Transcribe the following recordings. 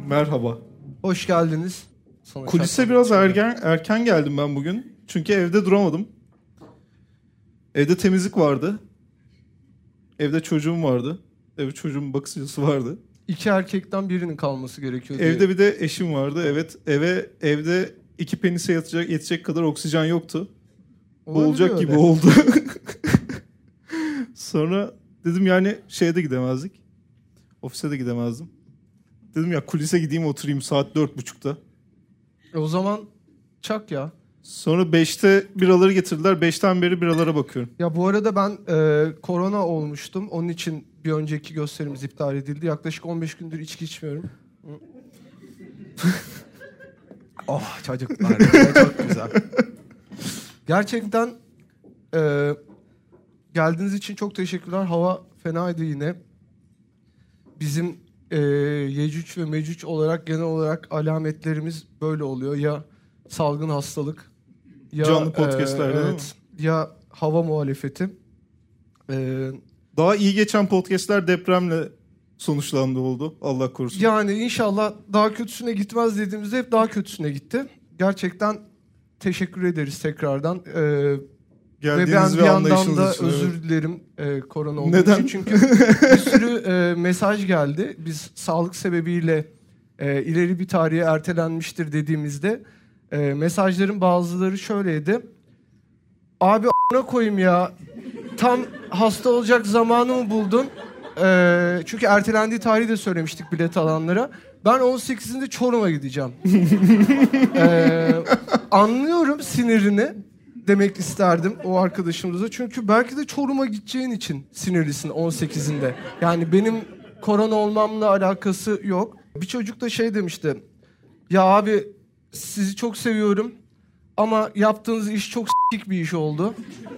Merhaba. Hoş geldiniz. Kulise biraz erken geldim ben bugün. Çünkü evde duramadım. Evde temizlik vardı. Evde çocuğum vardı. Evde çocuğumun bakıcısı vardı. 2 erkekten birinin kalması gerekiyor diye. Evde bir de eşim vardı. Evet, evde 2 penise yetecek kadar oksijen yoktu. Boğulacak gibi oldu. Sonra dedim yani şeye de gidemezdik. Ofise de gidemezdim. Dedim ya kulise gideyim oturayım saat 4.30'da. O zaman çak ya. Sonra 5'te biraları getirdiler. 5'ten beri biralara bakıyorum. Ya bu arada ben korona olmuştum. Onun için bir önceki gösterimiz iptal edildi. Yaklaşık 15 gündür içki içmiyorum. Oh çocuklar çok güzel. Gerçekten geldiğiniz için çok teşekkürler. Hava fenaydı yine. Bizim Yecüc ve Mecüc olarak genel olarak alametlerimiz böyle oluyor. Ya salgın hastalık, ya canlı podcastler değil mi? Ya hava muhalefeti. Daha iyi geçen podcastler depremle sonuçlandı oldu. Allah korusun. Yani inşallah daha kötüsüne gitmez dediğimizde hep daha kötüsüne gitti. Gerçekten teşekkür ederiz tekrardan. Ve ben bir yandan da özür dilerim korona olduğu için. Çünkü bir sürü mesaj geldi. Biz sağlık sebebiyle ileri bir tarihe ertelenmiştir dediğimizde mesajların bazıları şöyleydi. Abi a**ına koyayım ya. Tam hasta olacak zamanı mı buldun? Çünkü ertelendiği tarihi de söylemiştik bilet alanlara. Ben 18'inde Çorum'a gideceğim. Anlıyorum sinirini demek isterdim o arkadaşımıza. Çünkü belki de Çorum'a gideceğin için sinirlisin 18'inde. Yani benim korona olmamla alakası yok. Bir çocuk da şey demişti. Ya abi sizi çok seviyorum ama yaptığınız iş çok s**k bir iş oldu.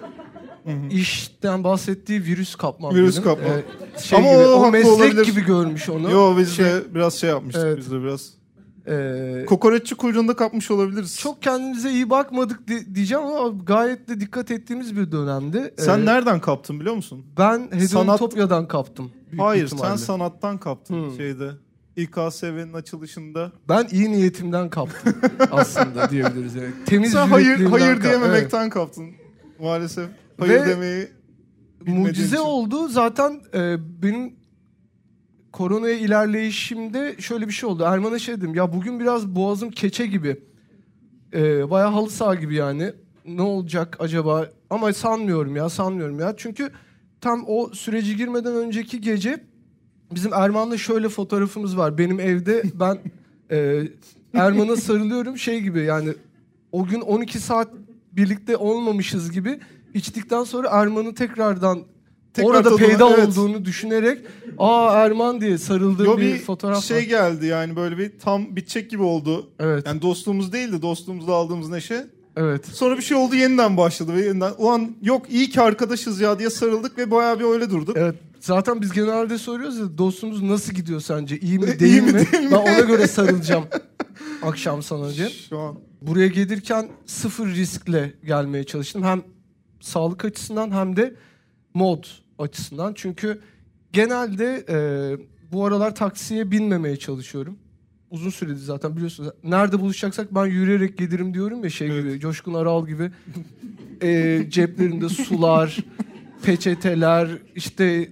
İşten bahsettiği virüs kapmam. Virüs kapma. Ama gibi, o meslek olabilir gibi görmüş onu. Yo biz de biraz şey yapmıştık. Evet. Biz de biraz kokoreççi kuyruğunda kapmış olabiliriz. Çok kendimize iyi bakmadık diyeceğim ama gayet de dikkat ettiğimiz bir dönemdi. Sen nereden kaptın biliyor musun? Ben Hedonitopya'dan kaptım. Hayır ihtimalle. Sen sanattan kaptın şeyde. İKSV'nin açılışında. Ben iyi niyetimden kaptım aslında diyebiliriz. Yani. Temiz sen hayır diyememekten kaptın maalesef. Hayır demeyi mucize için. oldu. Zaten benim koronaya ilerleyişimde şöyle bir şey oldu. Erman'a şey dedim. Ya bugün biraz boğazım keçe gibi. Bayağı halı saha gibi yani. Ne olacak acaba? Ama sanmıyorum ya. Çünkü tam o süreci girmeden önceki gece bizim Erman'la şöyle fotoğrafımız var. Benim evde ben Erman'a sarılıyorum şey gibi yani o gün 12 saat birlikte olmamışız gibi içtikten sonra Erman'ı tekrar orada peyda olduğunu düşünerek Erman diye sarıldığım bir fotoğraf şey var. Geldi yani böyle bir tam bitecek gibi oldu. Evet. Yani dostluğumuz değildi dostluğumuzda aldığımız neşe. Evet. Sonra bir şey oldu yeniden başladı ve yeniden o an yok iyi ki arkadaşız ya diye sarıldık ve bayağı bir öyle durduk. Evet. Zaten biz genelde soruyoruz ya dostumuz nasıl gidiyor sence? İyi mi değil mi? Ben ona göre sarılacağım akşam sana Cem. Şu an. Buraya gelirken sıfır riskle gelmeye çalıştım. Hem sağlık açısından hem de mod açısından. Çünkü genelde bu aralar taksiye binmemeye çalışıyorum. Uzun süredir zaten biliyorsunuz. Nerede buluşacaksak ben yürüyerek gelirim diyorum ya gibi. Coşkun Aral gibi. Ceplerinde sular, peçeteler, işte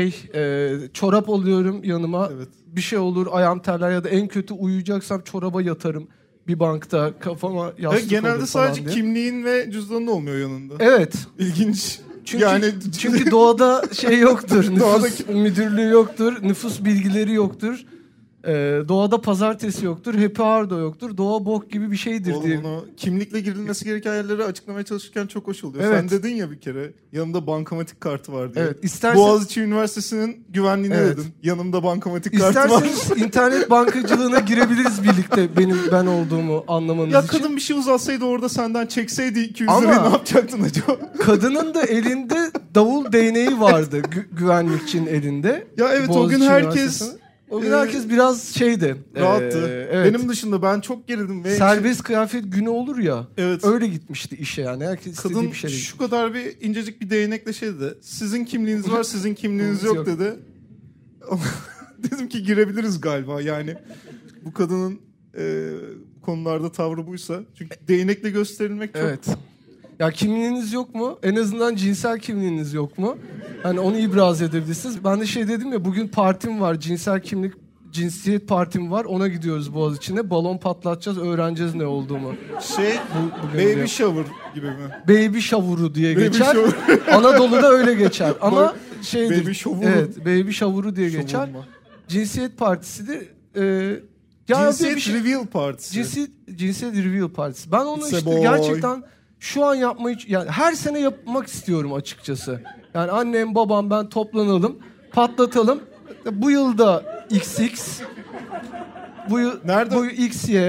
çorap alıyorum yanıma. Evet. Bir şey olur ayağım terler ya da en kötü uyuyacaksam çoraba yatarım. Bir bankta kafama yastık genelde olur sadece diye. Kimliğin ve cüzdanın olmuyor yanında. Evet. İlginç. Çünkü doğada yoktur. Nüfus müdürlüğü yoktur. Nüfus bilgileri yoktur. Doğada pazartesi yoktur. Happy Hour'da yoktur. Doğa bok gibi bir şeydir diye. Onu kimlikle girilmesi gereken yerleri açıklamaya çalışırken çok hoş oluyor. Evet. Sen dedin ya bir kere yanımda bankamatik kartı var diye. Evet, Boğaziçi Üniversitesi'nin güvenliğine dedin. Yanımda bankamatik kartı var. İsterseniz internet bankacılığına girebiliriz birlikte ben olduğumu anlamanız için. Ya kadın bir şey uzatsaydı orada senden çekseydi 200 lirayı ne yapacaktın acaba? Kadının da elinde davul değneği vardı güvenlikçinin elinde. Ya evet Boğaziçi o gün herkes... O gün herkes biraz şeydi. Rahattı. Evet. Benim dışında ben çok gerildim. Serbest kıyafet günü olur ya. Evet. Öyle gitmişti işe yani. Herkes kadın bir şey şu kadar bir incecik bir değnekle şey dedi. Sizin kimliğiniz var, sizin kimliğiniz yok dedi. Dedim ki girebiliriz galiba yani. Bu kadının konularda tavrı buysa. Çünkü değnekle gösterilmek çok... Evet. Ya kimliğiniz yok mu? En azından cinsel kimliğiniz yok mu? Hani onu ibraz edebilirsiniz. Ben de şey dedim ya, bugün partim var. Cinsiyet partim var. Ona gidiyoruz Boğaziçi'ne. Balon patlatacağız, öğreneceğiz ne olduğumu. Baby shower gibi mi? Baby shower'u diye Baby geçer. shower. Anadolu'da öyle geçer. Ama şeydir. Baby shower'u. Evet, baby shower'u diye geçer. Şovurma. Cinsiyet partisidir. Cinsiyet reveal partisi. Cinsiyet reveal partisi. Ben onu It's a işte boy. gerçekten şu an yapmayı, yani her sene yapmak istiyorum açıkçası. Yani annem, babam, ben toplanalım, patlatalım. Bu yılda XX, bu yıl XY.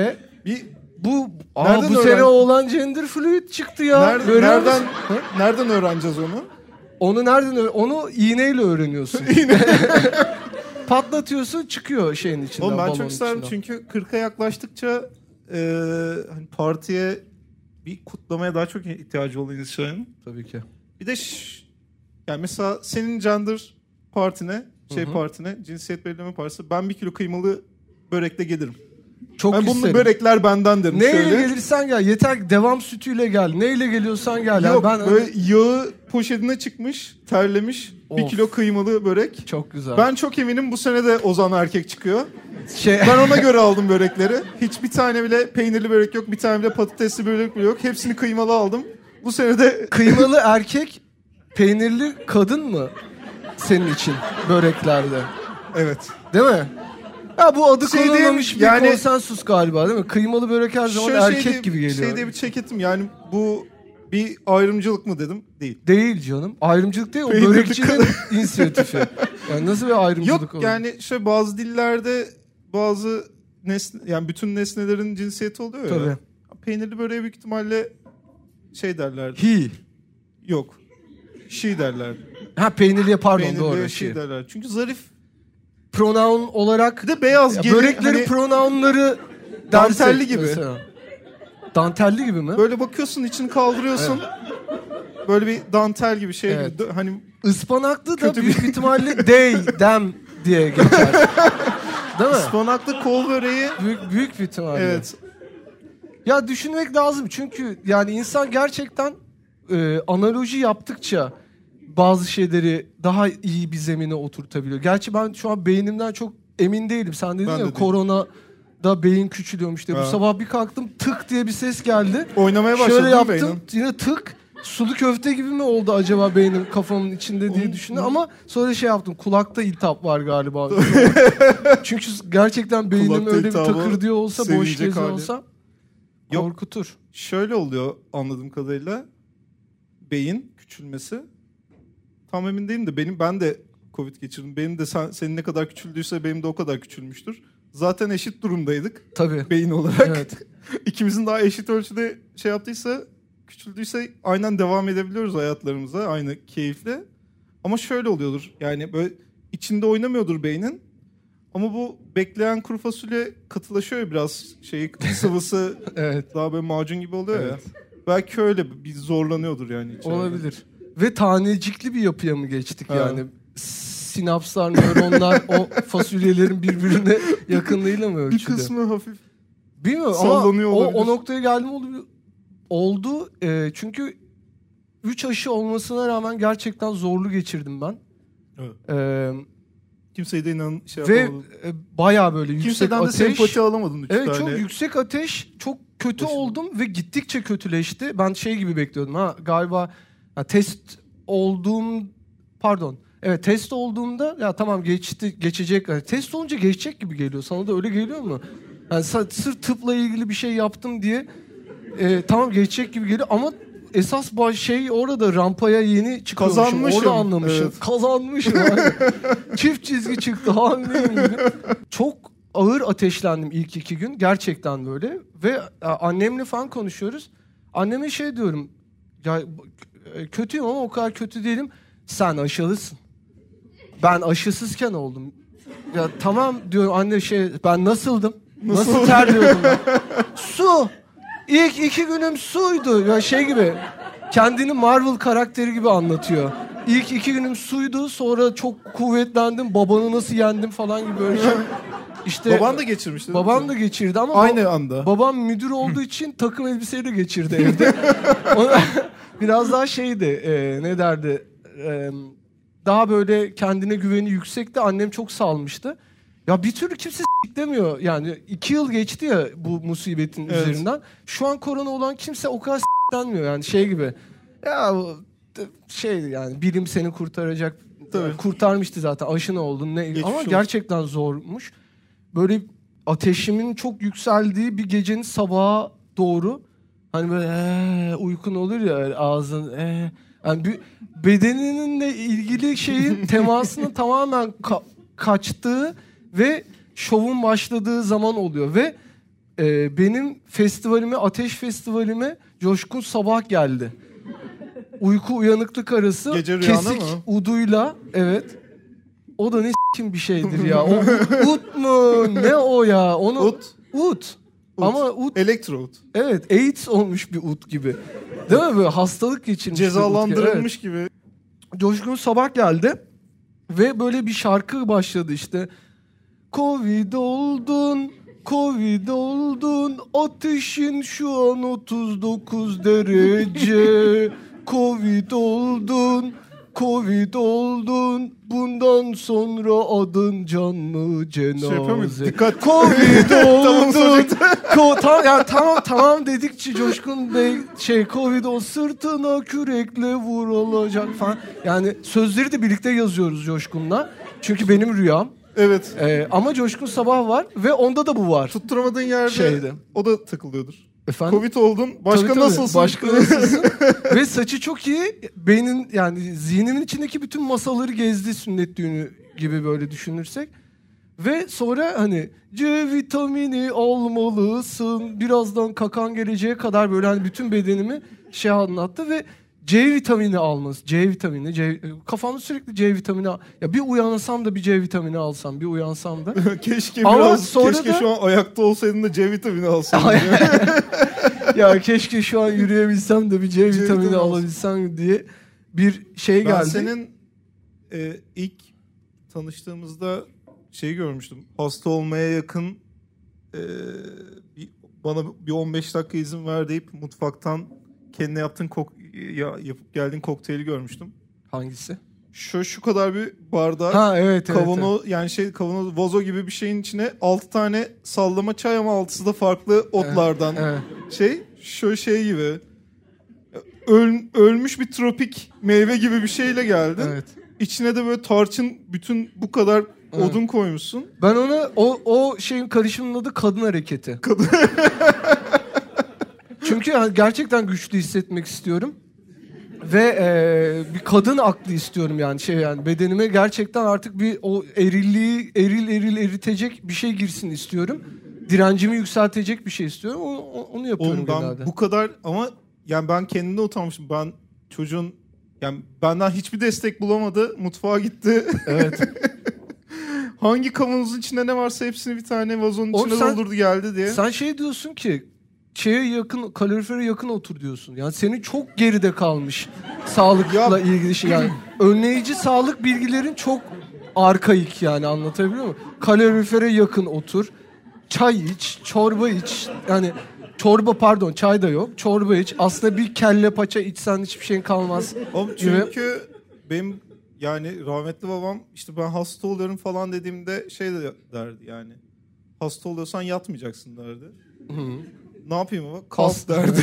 Nereden Bu sene olan gender fluid çıktı ya. Nereden öğreneceğiz onu? Onu iğneyle öğreniyorsun. Patlatıyorsun, çıkıyor şeyin içinden. Oğlum ben balonun çok isterim içinden. çünkü 40'a yaklaştıkça hani partiye bir kutlamaya daha çok ihtiyacı olan insanın. Tabii ki. Bir de yani mesela senin gender partine, partine, cinsiyet belirleme partisi, ben 1 kilo kıymalı börekle gelirim. Çok ben isterim. bunun börekler benden derim. Neyle şöyle. gelirsen gel. Yeter ki devam sütüyle gel. Neyle geliyorsan gel. Yok Yani böyle yağı poşetine çıkmış, terlemiş, 1 Of. kilo kıymalı börek. Çok güzel. Ben çok eminim bu sene de Ozan erkek çıkıyor. Ben Ben ona göre aldım börekleri. Hiçbir tane bile peynirli börek yok, bir tane bile patatesli börek bile yok. Hepsini kıymalı aldım. Bu sene de kıymalı erkek, peynirli kadın mı senin için böreklerde? evet. Değil mi? Ya bu adı Şey diyeyim, konulmamış bir yani- konsensus galiba, değil mi? Kıymalı börek her zaman Şöyle erkek gibi geliyor. Şey diye bir check ettim yani bu bir ayrımcılık mı dedim? Değil. Değil canım. Ayrımcılık değil, o Peynirli börekçinin inisiyatifi. Yani nasıl bir ayrımcılık Yok olur? yani bazı dillerde bazı yani bütün nesnelerin cinsiyeti oluyor ya. Tabii. Peynirli böreğe büyük ihtimalle şey derlerdi. He. Yok. She derlerdi. Ha, peynirliye, pardon, Peynirli doğru. she derler. Çünkü zarif. Pronoun olarak Bir de beyaz ya geli, böreklerin hani pronounları dantelli dersek gibi. mesela. Dantelli gibi mi? Böyle bakıyorsun içini kaldırıyorsun. Böyle bir dantel gibi şey Evet. gibi. Hani Ispanaklı da Kötü büyük ihtimalle they, them diye geçer. Değil mi? ıspanaklı kol böreği. Büyük bir ihtimalle. Evet. Ya düşünmek lazım çünkü yani insan gerçekten analoji yaptıkça bazı şeyleri daha iyi bir zemine oturtabiliyor. Gerçi ben şu an beynimden çok emin değilim. Sen dedin Ben de ya değilim. korona da beyin küçülüyormuş diye. Bu Ha. sabah bir kalktım, tık diye bir ses geldi. Oynamaya başladı Şöyle değil mi yaptım, beynin? yine tık. Sulu köfte gibi mi oldu acaba beynim kafamın içinde diye düşündüm. Ama sonra şey yaptım, kulakta iltihap var galiba. Çünkü gerçekten beynim Kulakta öyle bir iltihabı takır diyor olsa, boş sevinecek geziyor hali. olsa Yok. korkutur. Şöyle oluyor anladığım kadarıyla. Beyin küçülmesi. Tam emin değilim de ben de Covid geçirdim. Benim de senin ne kadar küçüldüyse benim de o kadar küçülmüştür. Zaten eşit durumdaydık Tabii. beyin olarak. Evet. İkimizin daha eşit ölçüde şey yaptıysa, küçüldüyse aynen devam edebiliyoruz hayatlarımıza aynı keyifle. Ama şöyle oluyordur. Yani böyle içinde oynamıyordur beynin. Ama bu bekleyen kuru fasulye katılaşıyor ya biraz sıvısı Evet. daha böyle macun gibi oluyor Evet. ya. Belki öyle bir zorlanıyordur yani içeride. Olabilir. Ve tanecikli bir yapıya mı geçtik Ha. yani? Sinapslar, nöronlar o fasulyelerin birbirine yakınlığıyla mı Bir ölçülü? kısmı hafif. Bilmiyorum sallanıyor ama olabilir. o noktaya geldim oldu. Çünkü 3 aşı olmasına rağmen gerçekten zorlu geçirdim ben. Evet. E, Kimseye de ve yapamadın. bayağı böyle yüksek Kimseden de ateş. sempati alamadın 3 Evet, tane. çok yüksek ateş, çok kötü Başım. oldum ve gittikçe kötüleşti. Ben şey gibi bekliyordum galiba test olduğumda ya tamam geçecek. Yani test olunca geçecek gibi geliyor. Sana da öyle geliyor mu? Yani sırf tıpla ilgili bir şey yaptım diye tamam geçecek gibi geliyor ama esas orada rampaya yeni çıkıyormuşum. Kazanmışım. Orada anlamışım. Evet. Kazanmışım. Aynen. Çift çizgi çıktı. Hamileyim gibi. Çok ağır ateşlendim ilk 2 gün. Gerçekten böyle. Ve annemle falan konuşuyoruz. Anneme şey diyorum. Ya kötüyüm ama o kadar kötü değilim. Sen aşılısın. Ben aşısızken oldum. Ya tamam diyorum anne ben nasıldım? Nasıl terliyordum ben? Su. İlk 2 günüm suydu. Ya gibi. Kendini Marvel karakteri gibi anlatıyor. İlk 2 günüm suydu. Sonra çok kuvvetlendim. Babanı nasıl yendim falan gibi böyle şey. İşte Baban da geçirmişti. babam da geçirdi ama aynı anda. babam müdür olduğu için takım elbiseyle geçirdi evde. Biraz daha şeydi, ne derdi, daha böyle kendine güveni yüksekti. Annem çok salmıştı. Ya bir türlü kimse demiyor. Yani 2 yıl geçti ya bu musibetin üzerinden. Şu an korona olan kimse o kadar denmiyor yani şey gibi. Ya şey yani bilim seni kurtaracak. Tabii. Kurtarmıştı zaten, aşına oldun ne Geçmiş ama olsun. gerçekten zormuş. Böyle ateşimin çok yükseldiği bir gecenin sabaha doğru hani böyle uykun olur ya ağzın yani bedeninle ilgili şeyin temasının tamamen kaçtığı ve şovun başladığı zaman oluyor ve benim festivalime, Ateş Festivalime Coşkun Sabah geldi. Uyku uyanıklık arası Gece rüyana kesik mı? uduyla, evet. O da ne s**kim bir şeydir ya. O ut mu? Ne o ya? Onu ut. Ama ut. Elektro ut. Evet, AIDS olmuş bir ut gibi. Değil mi böyle hastalık geçirmiş Cezalandırılmış bir ut gibi. gibi. Evet. Coşkun Sabah geldi ve böyle bir şarkı başladı işte. Covid oldun, Covid oldun, ateşin şu an 39 derece. Covid oldun, Covid oldun, bundan sonra adın canlı cenaze. Dikkat. Covid oldun. Tamam dedikçe Coşkun Bey Covid o sırtına kürekle vurulacak falan. Yani sözleri de birlikte yazıyoruz Coşkun'la. Çünkü benim rüyam. Evet. Ama Coşkun Sabah var ve onda da bu var. Tutturamadığın yerde o da takılıyordur. Efendim? Covid oldun. Başka Tabii. nasılsın? Başka nasılsın? Ve saçı çok iyi. Beynin yani zihnimin içindeki bütün masaları gezdi, sünnet düğünü gibi böyle düşünürsek. Ve sonra hani C vitamini almalısın. Birazdan kakan geleceğe kadar böyle hani bütün bedenimi anlattı ve C vitamini alması. C vitamini. Kafamda sürekli C vitamini ya bir uyansam da bir C vitamini alsam. Bir uyansam da. Keşke şu an ayakta olsaydın da C vitamini alsaydın. Ya keşke şu an yürüyebilsem de bir C vitamini alabilsem diye bir şey geldi. Ben senin ilk tanıştığımızda görmüştüm. Hasta olmaya yakın bana bir 15 dakika izin ver deyip mutfaktan kendine yaptığın yapıp geldiğin kokteyli görmüştüm. Hangisi? Şu kadar bir bardak. Ha evet. Kavanoz yani kavanoz vazo gibi bir şeyin içine 6 tane sallama çay ama 6'sı da farklı otlardan. Evet. Şey gibi. Ölmüş bir tropik meyve gibi bir şeyle geldin. Evet. İçine de böyle tarçın bütün bu kadar odun koymuşsun. Ben ona o şeyin karışımının adı kadın hareketi. Çünkü gerçekten güçlü hissetmek istiyorum. Ve bir kadın aklı istiyorum yani yani bedenime gerçekten artık bir o erilliği eril eritecek bir şey girsin istiyorum. Direncimi yükseltecek bir şey istiyorum. Onu yapıyorum genelde. Bu kadar ama yani ben kendimde utanmışım. Ben çocuğun yani benden hiçbir destek bulamadı. Mutfağa gitti. Evet. Hangi kavanozun içinde ne varsa hepsini bir tane vazonun içine doldurdu geldi diye. Sen diyorsun ki kalorifere yakın otur diyorsun. Yani senin çok geride kalmış sağlıkla ilgili şey. Yani önleyici sağlık bilgilerin çok arkaik yani, anlatabiliyor muyum? Kalorifere yakın otur. Çay iç, çorba iç. Yani çay da yok. Çorba iç. Aslında bir kelle paça içsen hiçbir şeyin kalmaz. Çünkü benim yani rahmetli babam işte ben hasta oluyorum falan dediğimde de derdi yani. Hasta oluyorsan yatmayacaksın derdi. Hı. Ne yapayım ama? Kalk derdi.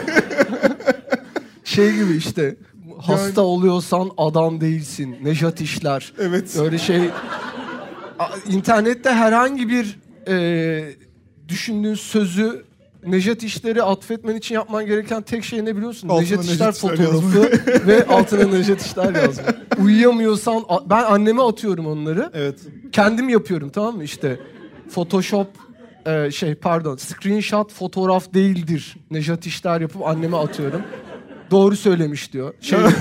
Gibi işte. Hasta oluyorsan adam değilsin. Nejat İşler. Evet. Öyle İnternette herhangi bir düşündüğün sözü Nejat İşler'e atfetmen için yapman gereken tek şey ne biliyorsun? Nejat İşler fotoğrafı ve altına Nejat İşler yazma. Uyuyamıyorsan ben anneme atıyorum onları. Evet. Kendim yapıyorum, tamam mı? İşte Photoshop screenshot fotoğraf değildir. Nejat İşler yapıp anneme atıyorum. Doğru söylemiş diyor.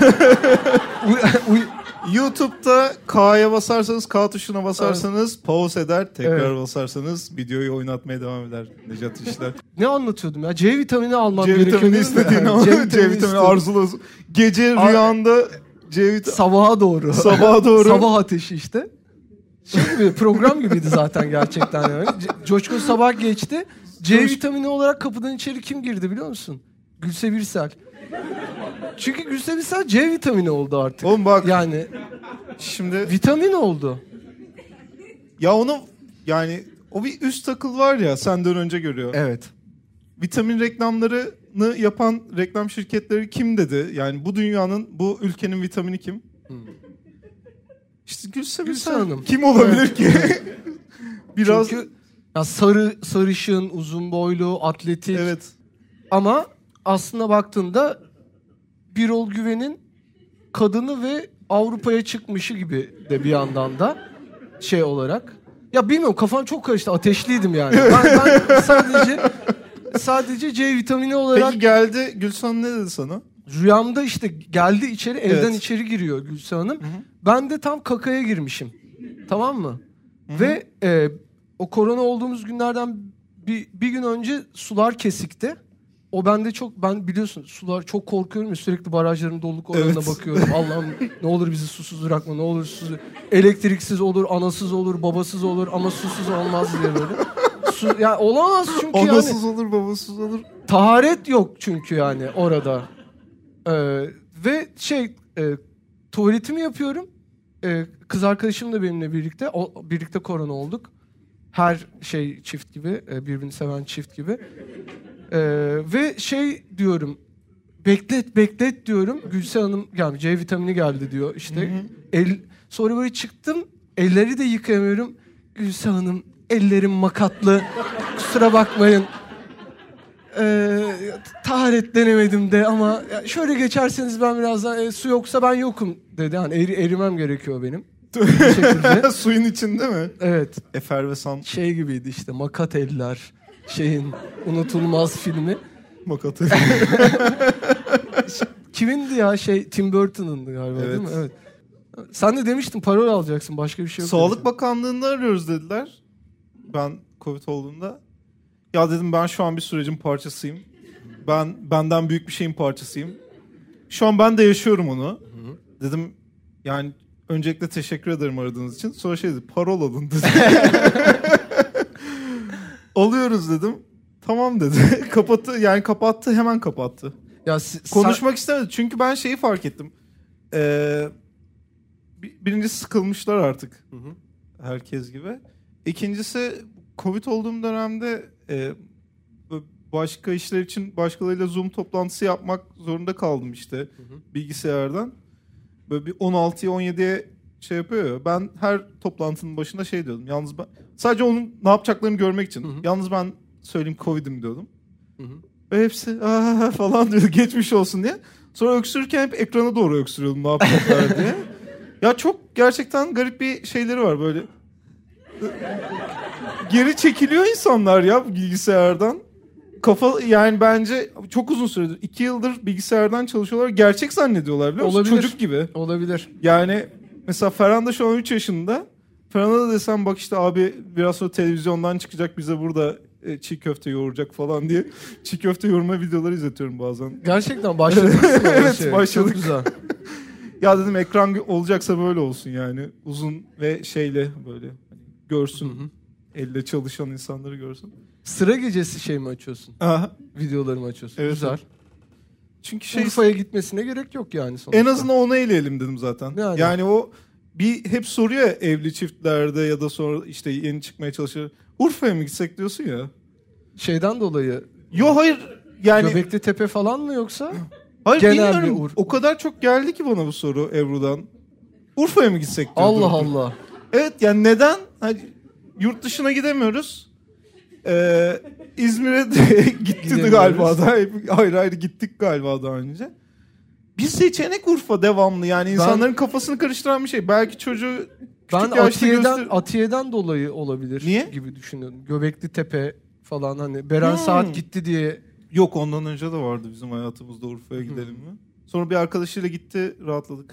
YouTube'da K'ya basarsanız, K tuşuna basarsanız pause eder. Tekrar basarsanız videoyu oynatmaya devam eder Nejat İşler. Ne anlatıyordum ya? C vitamini almam gerekiyor. C vitamini istediğini ama C vitamini arzuluyorsun. Gece rüyanda C vitamini. Sabaha doğru. Sabah Sabah ateşi işte. Şey gibi, program gibiydi zaten gerçekten yani. Coşkun Sabah geçti. C vitamini olarak kapıdan içeri kim girdi biliyor musun? Gülse Birsel. Çünkü Gülse Birsel C vitamini oldu artık. Oğlum bak. Yani Şimdi vitamin oldu. ya onu yani o bir üst akıl var ya senden önce görüyor. Evet. Vitamin reklamlarını yapan reklam şirketleri kim dedi? Yani bu dünyanın, bu ülkenin vitamini kim? İşte Gülse Hanım. Kim olabilir ki? Biraz Çünkü ya sarışın, uzun boylu, atletik. evet. Ama aslına baktığında Birol Güven'in kadını ve Avrupa'ya çıkmışı gibi de bir yandan da şey olarak. Ya bilmiyorum, kafam çok karıştı. Ateşliydim yani. Ben sadece C vitamini olarak... Peki geldi Gülse Hanım ne dedi sana? Rüyamda işte geldi içeri, evden Evet. içeri giriyor Gülse Hanım. Hı-hı. Ben de tam kakaya girmişim. Tamam mı? Hı-hı. Ve o korona olduğumuz günlerden bir gün önce sular kesikti. O bende çok, ben biliyorsun sular çok korkuyorum ya, sürekli barajların doluluk oranına Evet. bakıyorum. Allah'ım ne olur bizi susuz bırakma, ne olur susuz. Elektriksiz olur, anasız olur, babasız olur ama susuz olmaz diye böyle. Yani olamaz çünkü Anasız yani. olur, babasız olur. Taharet yok çünkü yani orada. Ve tuvaletimi yapıyorum. Kız arkadaşım da benimle birlikte. Birlikte korona olduk. Her şey çift gibi. Birbirini seven çift gibi. Ve diyorum. Beklet diyorum. Gülse Hanım geldi. C vitamini geldi diyor. İşte sonra böyle çıktım. Elleri de yıkayamıyorum. Gülse Hanım ellerim makatlı. Kusura bakmayın. Taharet denemedim de ama şöyle geçerseniz ben birazdan su yoksa ben yokum dedi. Hani erimem gerekiyor benim. Bir şekilde. Suyun içinde mi? Evet. Efervesan. Şey gibiydi işte, Makat Eller unutulmaz filmi. Makatı. Kimindi ya Tim Burton'undu galiba Evet. değil mi? Evet. Sen de demiştin parol alacaksın, başka bir şey yok. Sağlık demiştin. Bakanlığı'nda arıyoruz dediler. Ben Covid olduğumda. Ya dedim ben şu an bir sürecin parçasıyım. Benden büyük bir şeyin parçasıyım. Şu an ben de yaşıyorum onu. Dedim yani öncelikle teşekkür ederim aradığınız için. Sonra dedi parol alın dedi. Alıyoruz dedim. Tamam dedi. Kapattı hemen kapattı. Ya Konuşmak istemedi. Çünkü ben şeyi fark ettim. Birincisi sıkılmışlar artık. Herkes gibi. İkincisi Covid olduğum dönemde başka işler için başkalarıyla Zoom toplantısı yapmak zorunda kaldım işte bilgisayardan. Böyle bir 16'ya 17'ye şey yapıyor ya. Ben her toplantının başında şey diyordum. Yalnız ben sadece onun ne yapacaklarını görmek için. Yalnız ben söyleyeyim Covid'im diyordum. Ve hepsi falan diyordu geçmiş olsun diye. Sonra öksürürken hep ekrana doğru öksürüyordum ne yapacaklar diye. Ya çok gerçekten garip bir şeyleri var böyle. Geri çekiliyor insanlar ya bilgisayardan. Yani bence çok uzun süredir 2 yıldır bilgisayardan çalışıyorlar. Gerçek zannediyorlar biliyor musun? Olabilir. Çocuk gibi. Olabilir. Yani mesela Ferhan da şu an 3 yaşında. Ferhan'a da desem bak işte abi biraz sonra televizyondan çıkacak bize burada çiğ köfte yoğuracak falan diye çiğ köfte yoğurma videoları izletiyorum bazen. Gerçekten başladık. Evet, başladık. Çok güzel. Ya dedim ekran olacaksa böyle olsun yani. Uzun ve şeyle böyle hani görsün. Elle çalışan insanları görsün. Sıra gecesi mi açıyorsun? Aha. Videolarımı açıyorsun. Evet. Güzel. Çünkü Urfa'ya gitmesine gerek yok yani sonuçta. en azından onu eleyelim dedim zaten. Yani o hep soruyor ya evli çiftlerde ya da sonra işte yeni çıkmaya çalışıyor. Urfa'ya mı gitsek diyorsun ya. Şeyden dolayı. Yo hayır yani. Göbekli Tepe falan mı yoksa? Hayır genel bilmiyorum. O kadar çok geldi ki bana bu soru Ebru'dan. Urfa'ya mı gitsek diyor. Allah Allah. Evet yani neden? Hani yurt dışına gidemiyoruz. İzmir'e de gitti galiba da. Ayrı gittik galiba daha önce. Bir seçenek Urfa devamlı yani insanların kafasını karıştıran bir şey. Belki çocuğu ben Atiye'den dolayı olabilir. Niye? Gibi düşünüyorum. Göbekli Tepe falan hani Beren Saat gitti diye. Yok ondan önce de vardı bizim hayatımızda Urfa'ya gidelim mi? Sonra bir arkadaşıyla gitti rahatladık.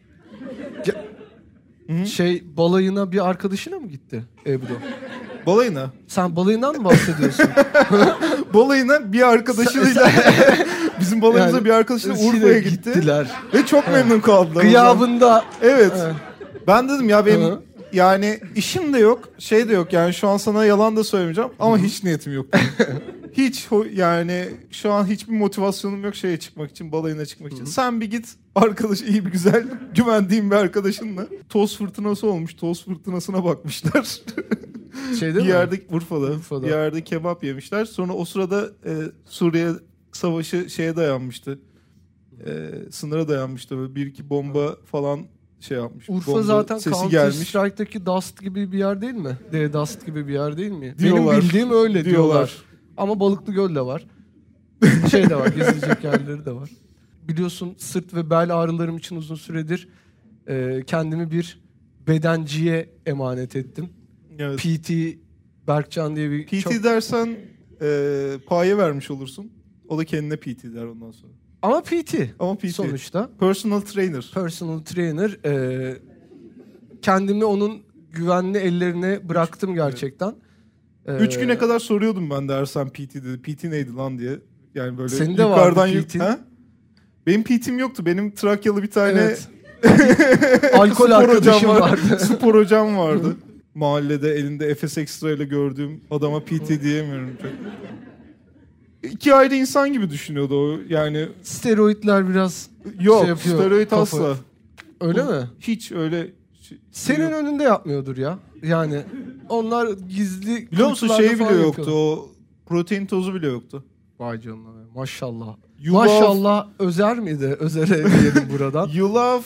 Balayına bir arkadaşına mı gitti Ebru? Balayına? Sen balayından mı bahsediyorsun? Balayına bir arkadaşıyla bizim balayımıza bir arkadaşıyla Urfa'ya gitti. Gittiler. Ve çok memnun kaldılar. Gıyabında. Evet. Ben dedim ya benim Yani işim de yok, şey de yok. Yani şu an sana yalan da söylemeyeceğim ama hiç niyetim yok. Hiç yani şu an hiçbir motivasyonum yok şeye çıkmak için, balayına çıkmak için. Sen bir git arkadaş, iyi bir güzel güvendiğim bir arkadaşınla. Toz fırtınası olmuş. Toz fırtınasına bakmışlar. Şeyde bir mi? yerde Urfa'da. Urfa'da. Bir yerde kebap yemişler. Sonra o sırada Suriye savaşı şeye dayanmıştı. Sınıra dayanmıştı. Böyle bir iki bomba falan şey yapmış. Urfa Bomba zaten sesi Counter gelmiş. Strike'daki Dust gibi bir yer değil mi? Dust gibi bir yer değil mi? Diyorlar. Benim bildiğim öyle diyorlar. Ama Balıklı Göl de var. Şey de var, gezilecek yerleri de var. Biliyorsun sırt ve bel ağrılarım için uzun süredir kendimi bir bedenciye emanet ettim. Evet. PT Berkcan diye bir PT dersen paye vermiş olursun. O da kendine PT der ondan sonra. Ama PT. Ama PT. Sonuçta. Personal trainer. Personal trainer. Kendimi onun güvenli ellerine bıraktım gerçekten. 3 güne kadar soruyordum ben de Ersan PT dedi. PT neydi lan diye. Yani böyle Senin de yukarıdan vardı PT'in. Ha? Benim PT'm yoktu. Benim Trakyalı bir tane Evet. Alkol arkadaşım vardı. Spor hocam vardı. Mahallede elinde Efes Extra ile gördüğüm adama PT diyemiyorum çok. İki ayrı insan gibi düşünüyordu o. Yani Steroidler biraz yok, şey yapıyor, steroid kafa. asla. Öyle mi? Hiç öyle Senin yok. önünde yapmıyordur ya. Yani onlar gizli... Biliyor musun kutularda şeyi falan bile yoktu. yapıyorlar. O protein tozu bile yoktu. Vay canına be. Maşallah. Yulaf. Maşallah Özer miydi? Özer'e diyelim buradan. Yulaf,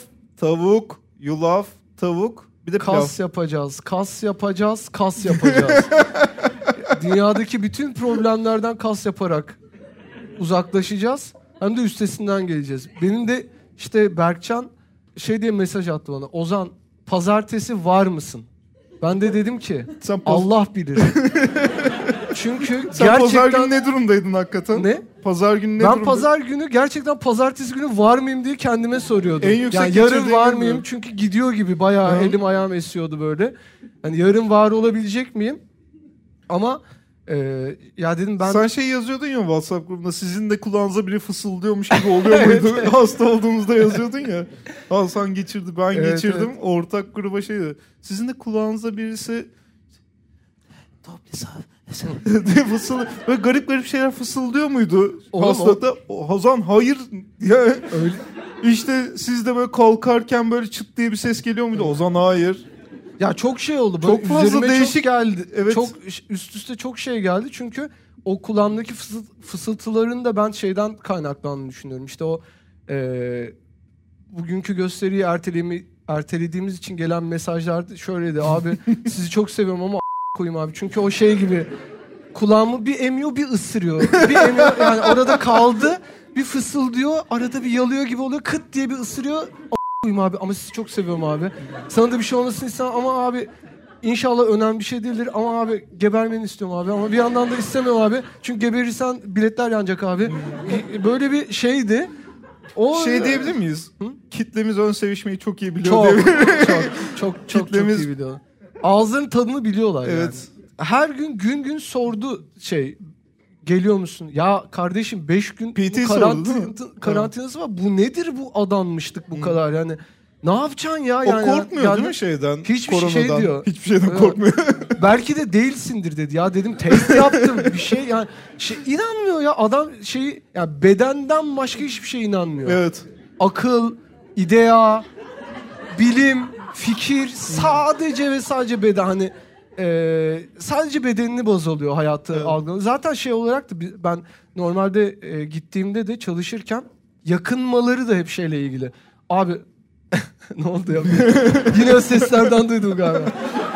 tavuk, bir de pilav. Kas yapacağız, kas yapacağız, kas yapacağız. Dünyadaki bütün problemlerden kas yaparak uzaklaşacağız. Hem de üstesinden geleceğiz. Benim de işte Berkcan şey diye mesaj attı bana. Ozan, pazartesi var mısın? Ben de dedim ki Allah bilir. Çünkü Sen gerçekten... pazar günü ne durumdaydın hakikaten? Ne? Pazar günü ne Ben durumdaydın? pazar günü gerçekten pazartesi günü var mıyım diye kendime soruyordum. En yüksek yani yarın geçirdiğin var gün mıyım? mü? Çünkü gidiyor gibi bayağı Hı. elim ayağım esiyordu böyle. Hani yarın var olabilecek miyim? Ama ya dedim ben... Sen şey yazıyordun ya WhatsApp grubunda, sizin de kulağınıza biri fısıldıyormuş gibi oluyor muydu? Hasta olduğunuzda yazıyordun ya. Hasan geçirdi, ben Evet, geçirdim. evet. Ortak gruba şey dedi. Sizin de kulağınıza birisi diye böyle garip şeyler fısıldıyor muydu? Oğlum, Hastada Hasan hayır ya. Öyle... İşte siz de böyle kalkarken böyle çıt diye bir ses geliyor muydu? Ozan hayır. Ya çok şey oldu. Böyle Çok fazla üzerime değişik- çok geldi. Evet. Çok üst üste çok şey geldi. Çünkü o kulağımdaki fısıltıların da ben şeyden kaynaklandığını düşünüyorum. İşte o bugünkü gösteriyi ertelediğimiz için gelen mesajlar şöyleydi. Abi sizi çok seviyorum ama koyayım abi. Çünkü o şey gibi kulağımı bir emiyor bir ısırıyor. Bir emiyor yani orada kaldı. Bir fısıldıyor. Arada bir yalıyor gibi oluyor. Kıt diye bir ısırıyor. Koyayım abi ama sizi çok seviyorum abi. Sana da bir şey olmasını istemem ama abi inşallah önemli bir şey değildir ama abi gebermeni istiyorum abi ama bir yandan da istemiyorum abi. Çünkü geberirsen biletler yanacak abi. Böyle bir şeydi. O Şey diyebilir miyiz? Kitlemiz ön sevişmeyi çok iyi biliyor çok diyebilir. çok Kitlemiz- iyi biliyor. Ağızların tadını biliyorlar yani. Evet. Her gün sordu şey geliyor musun? Ya kardeşim 5 gün PT bu sordu değil mi? karantinası var. Bu nedir bu adanmışlık bu kadar yani. Ne yapacaksın ya? O Yani, korkmuyor yani, değil mi şeyden? Hiçbir koronadan? şey diyor. Hiçbir şeyden Evet. korkmuyor. Belki de değilsindir dedi. Ya dedim test yaptım bir şey yani inanmıyor ya adam şeyi ya bedenden başka hiçbir şeye inanmıyor. Evet. Akıl, idea, bilim, fikir sadece ve sadece beden hani sadece bedenini baz alıyor hayatı Evet. algılaması. Zaten şey olarak da ben normalde gittiğimde de çalışırken yakınmaları da hep şeyle ilgili. Abi ne oldu ya? Yine o seslerden duydum galiba.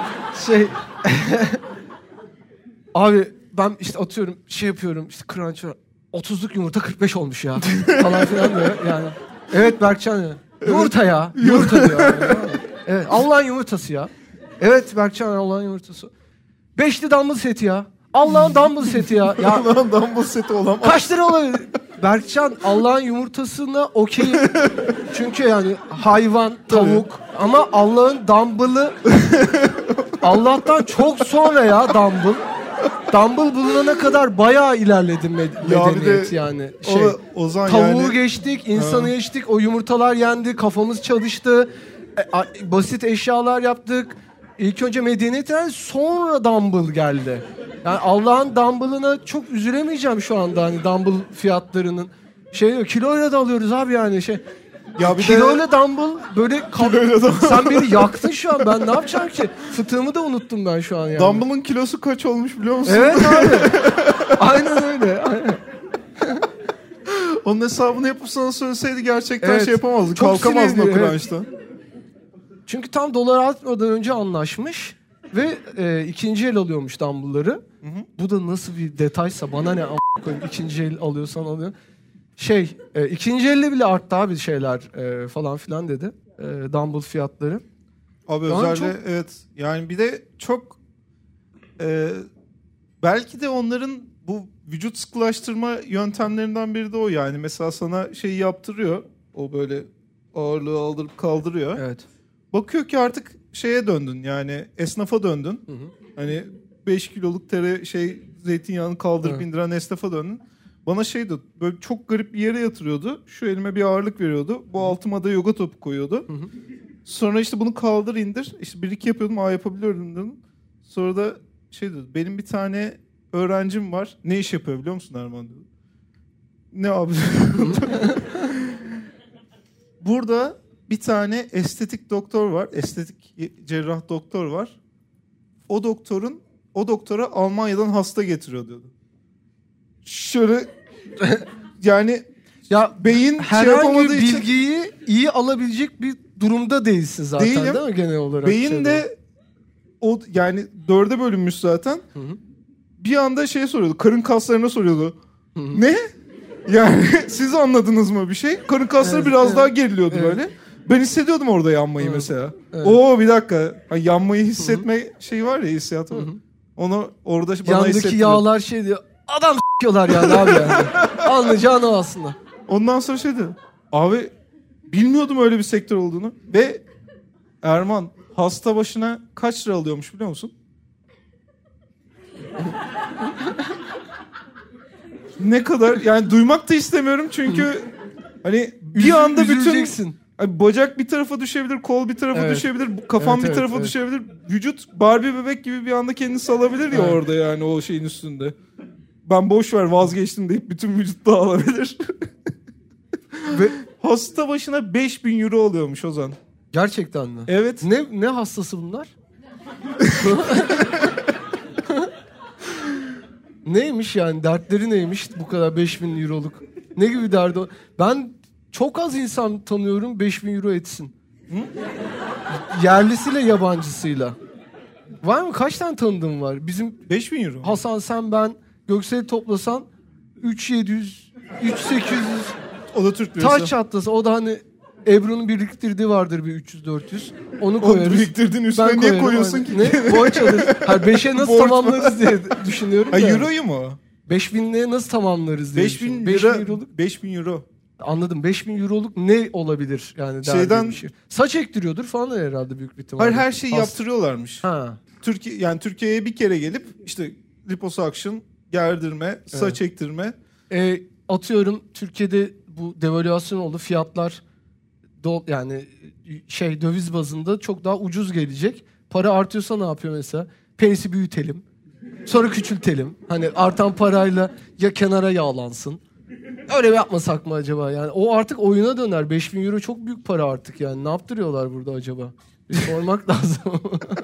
Abi ben işte atıyorum şey yapıyorum işte crunch 30'luk yumurta 45 olmuş ya falan filan diyor yani. Evet Berkcan ya. Yumurta ya. Yumurta diyor. Yani. Evet Allah'ın yumurtası ya. Evet Berkcan Allah'ın yumurtası. 5'li dumbbell seti ya. Allah'ın dumbbell seti ya. Ya Allah'ın dumbbell seti olamaz. kaç lira olabilir? Berkcan Allah'ın yumurtasına okeyim. Çünkü yani hayvan, tavuk ama Allah'ın dumbbell'ı Allah'tan çok sonra ya dumbbell. Dumbbell bulunana kadar bayağı ilerledi medeniyet yani. Ozan Tavuğu yani geçtik, insanı geçtik, o yumurtalar yendi, kafamız çalıştı. Basit eşyalar yaptık. İlk önce medeniyetler, sonra Dumble geldi. Yani Allah'ın Dumble'ına çok üzülemeyeceğim şu anda, hani Dumble fiyatlarının. Kiloyla da alıyoruz abi yani Ya bir kiloyla Dumble böyle sen beni yaktın şu an, ben ne yapacağım ki? Fıtığımı da unuttum ben şu an yani. Dumble'ın kilosu kaç olmuş biliyor musun? Evet abi. Aynen öyle. Aynen. Onun hesabını yapıp sana söyleseydi gerçekten Evet. yapamazdı. Çok Kalkamazdın o sinirli, evet. crunch'tan. Çünkü tam dolar artmadan önce anlaşmış ve ikinci el alıyormuş Dumble'ları. Bu da nasıl bir detaysa bana ne koyayım, ikinci el alıyorsan alıyor. İkinci elle bile arttı abi şeyler falan filan dedi. Dumble fiyatları. Abi Yani özellikle evet. Yani bir de çok belki de onların bu vücut sıkılaştırma yöntemlerinden biri de o yani. Mesela sana yaptırıyor. O böyle ağırlığı aldırıp kaldırıyor. Evet. Bakıyor ki artık döndün yani esnafa döndün. Hı hı. Hani 5 kiloluk zeytinyağını kaldırıp Evet. indiren esnafa döndün. Bana böyle çok garip bir yere yatırıyordu. Şu elime bir ağırlık veriyordu. Bu altıma da yoga topu koyuyordu. Hı hı. Sonra bunu kaldır indir. İşte 1-2 yapıyordum. Yapabiliyorum dedim. Sonra da dedi. Benim bir tane öğrencim var. Ne iş yapıyor biliyor musun Erman dedi. Ne abi? Burada bir tane estetik doktor var. Estetik cerrah doktor var. O doktora Almanya'dan hasta getiriyor diyordu. Şöyle yani Ya beyin herhangi yapamadığı bir için bilgiyi iyi alabilecek bir durumda değilsin zaten. Değilim. Değil mi genel olarak? beyin de o yani 4'e bölünmüş zaten. Hı hı. Bir anda soruyordu. Karın kaslarına soruyordu. Hı hı. Ne? Yani siz anladınız mı bir şey? Karın kasları Evet, biraz evet. daha geriliyordu Evet. böyle. Ben hissediyordum orada yanmayı Evet. mesela. Evet. Bir dakika. Yanmayı hissetme var ya, hissiyatı var. Hı hı. Onu orada bana Yandaki hissettiriyor. yağlar diyor. Adam s***yorlar yani abi yani. Anlayacağını o aslında. Ondan sonra dedi. Abi bilmiyordum öyle bir sektör olduğunu. Ve Erman hasta başına kaç lira alıyormuş biliyor musun? Ne kadar? Yani duymak da istemiyorum çünkü hani bir anda bütün Üzüleceksin. bacak bir tarafa düşebilir, kol bir tarafa Evet. düşebilir, kafam Evet, bir tarafa evet. düşebilir. Vücut Barbie bebek gibi bir anda kendini salabilir ya Evet. orada yani o şeyin üstünde. Ben boş ver vazgeçtim deyip bütün vücut dağılabilir. Ve Hasta başına 5.000 euro oluyormuş Ozan. gerçekten mi? Evet. Ne hastası bunlar? Neymiş yani, dertleri neymiş bu kadar 5.000 euroluk? Ne gibi derdi o? Ben çok az insan tanıyorum 5.000 euro etsin. Yerlisiyle yabancısıyla. Var mı? Kaç tane tanıdığım var? Bizim 5.000 euro. Hasan, sen, ben, Göksel'i toplasan 3.700, 3.800 O da Türk lirası. taş çatlasa, o da hani Ebru'nun biriktirdiği vardır bir 300-400. Onu Onu koyarız. biriktirdiğin üstüne Ben niye koyarım, koyuyorsun aynen. ki? Ne? Borç alırız. Hayır, 5'e nasıl Borç mu? tamamlarız diye düşünüyorum Ha da. euroyu mu? 5.000'liğe nasıl tamamlarız diye 5.000 düşünüyorum. lira. 5.000 euroluk. 5.000 euro. Anladım. 5.000 euroluk ne olabilir yani derdi Şeyden- bir şey. Saç ektiriyordur falan herhalde büyük bir ihtimalle. Hayır, her şeyi As- yaptırıyorlarmış. Ha. Türkiye'ye bir kere gelip işte liposuction, gerdirme, saç ektirme. Atıyorum Türkiye'de bu devalüasyon oldu. Fiyatlar yani döviz bazında çok daha ucuz gelecek. Para artıyorsa ne yapıyor mesela? Penisi büyütelim. Sonra küçültelim. Hani artan parayla ya kenara yağlansın. Öyle mi yapmasak mı acaba? Yani o artık oyuna döner. 5.000 euro çok büyük para artık yani. Ne yaptırıyorlar burada acaba? Bir sormak lazım.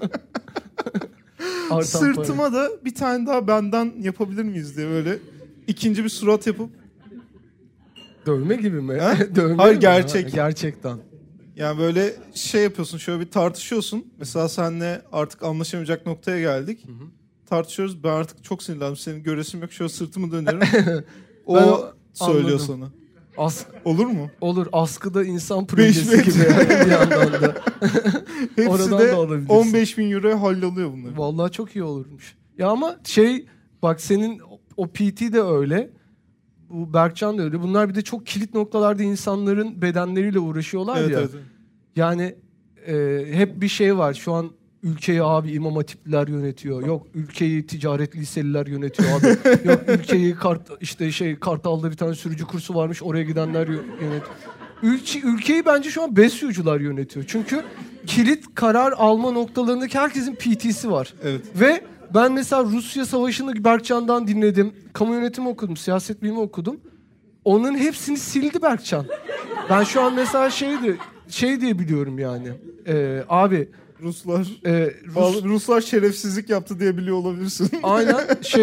Artan Sırtıma da bir tane daha benden yapabilir miyiz diye böyle ikinci bir surat yapıp dövme gibi mi? Ha? Dövme Hayır, mi? gerçek. Ha, gerçekten. yani böyle yapıyorsun, şöyle bir tartışıyorsun. Mesela seninle artık anlaşamayacak noktaya geldik. Hı hı. Tartışıyoruz. Ben artık çok sinirlendim. Senin göresim yok. Şöyle sırtımı dönerim. Ben o söylüyor anladım. sana. Olur mu? Olur. Askıda insan projesi metre. gibi yani bir yandan da. Hepsi Oradan de da alabilirsin. 15.000 euroya halloluyor bunlar. Vallahi çok iyi olurmuş. Ya ama bak senin o PT de öyle. Bu Berkcan da öyle. Bunlar bir de çok kilit noktalarda insanların bedenleriyle uğraşıyorlar Evet, ya. evet. Yani hep bir şey var. Şu an ülkeyi abi İmam Hatipler yönetiyor. Yok ülkeyi ticaret liseliler yönetiyor abi. Yok ülkeyi Kartal'da bir tane sürücü kursu varmış. Oraya gidenler yönetiyor. Ülkeyi bence şu an besyucular yönetiyor. Çünkü kilit karar alma noktalarındaki herkesin PT'si var. Evet. Ve ben mesela Rusya Savaşı'nı Berkcan'dan dinledim. Kamu yönetimi okudum, siyaset bilimi okudum. Onların hepsini sildi Berkcan. Ben şu an mesela şey diye biliyorum yani. Abi Ruslar şerefsizlik yaptı diye biliyor olabilirsin. aynen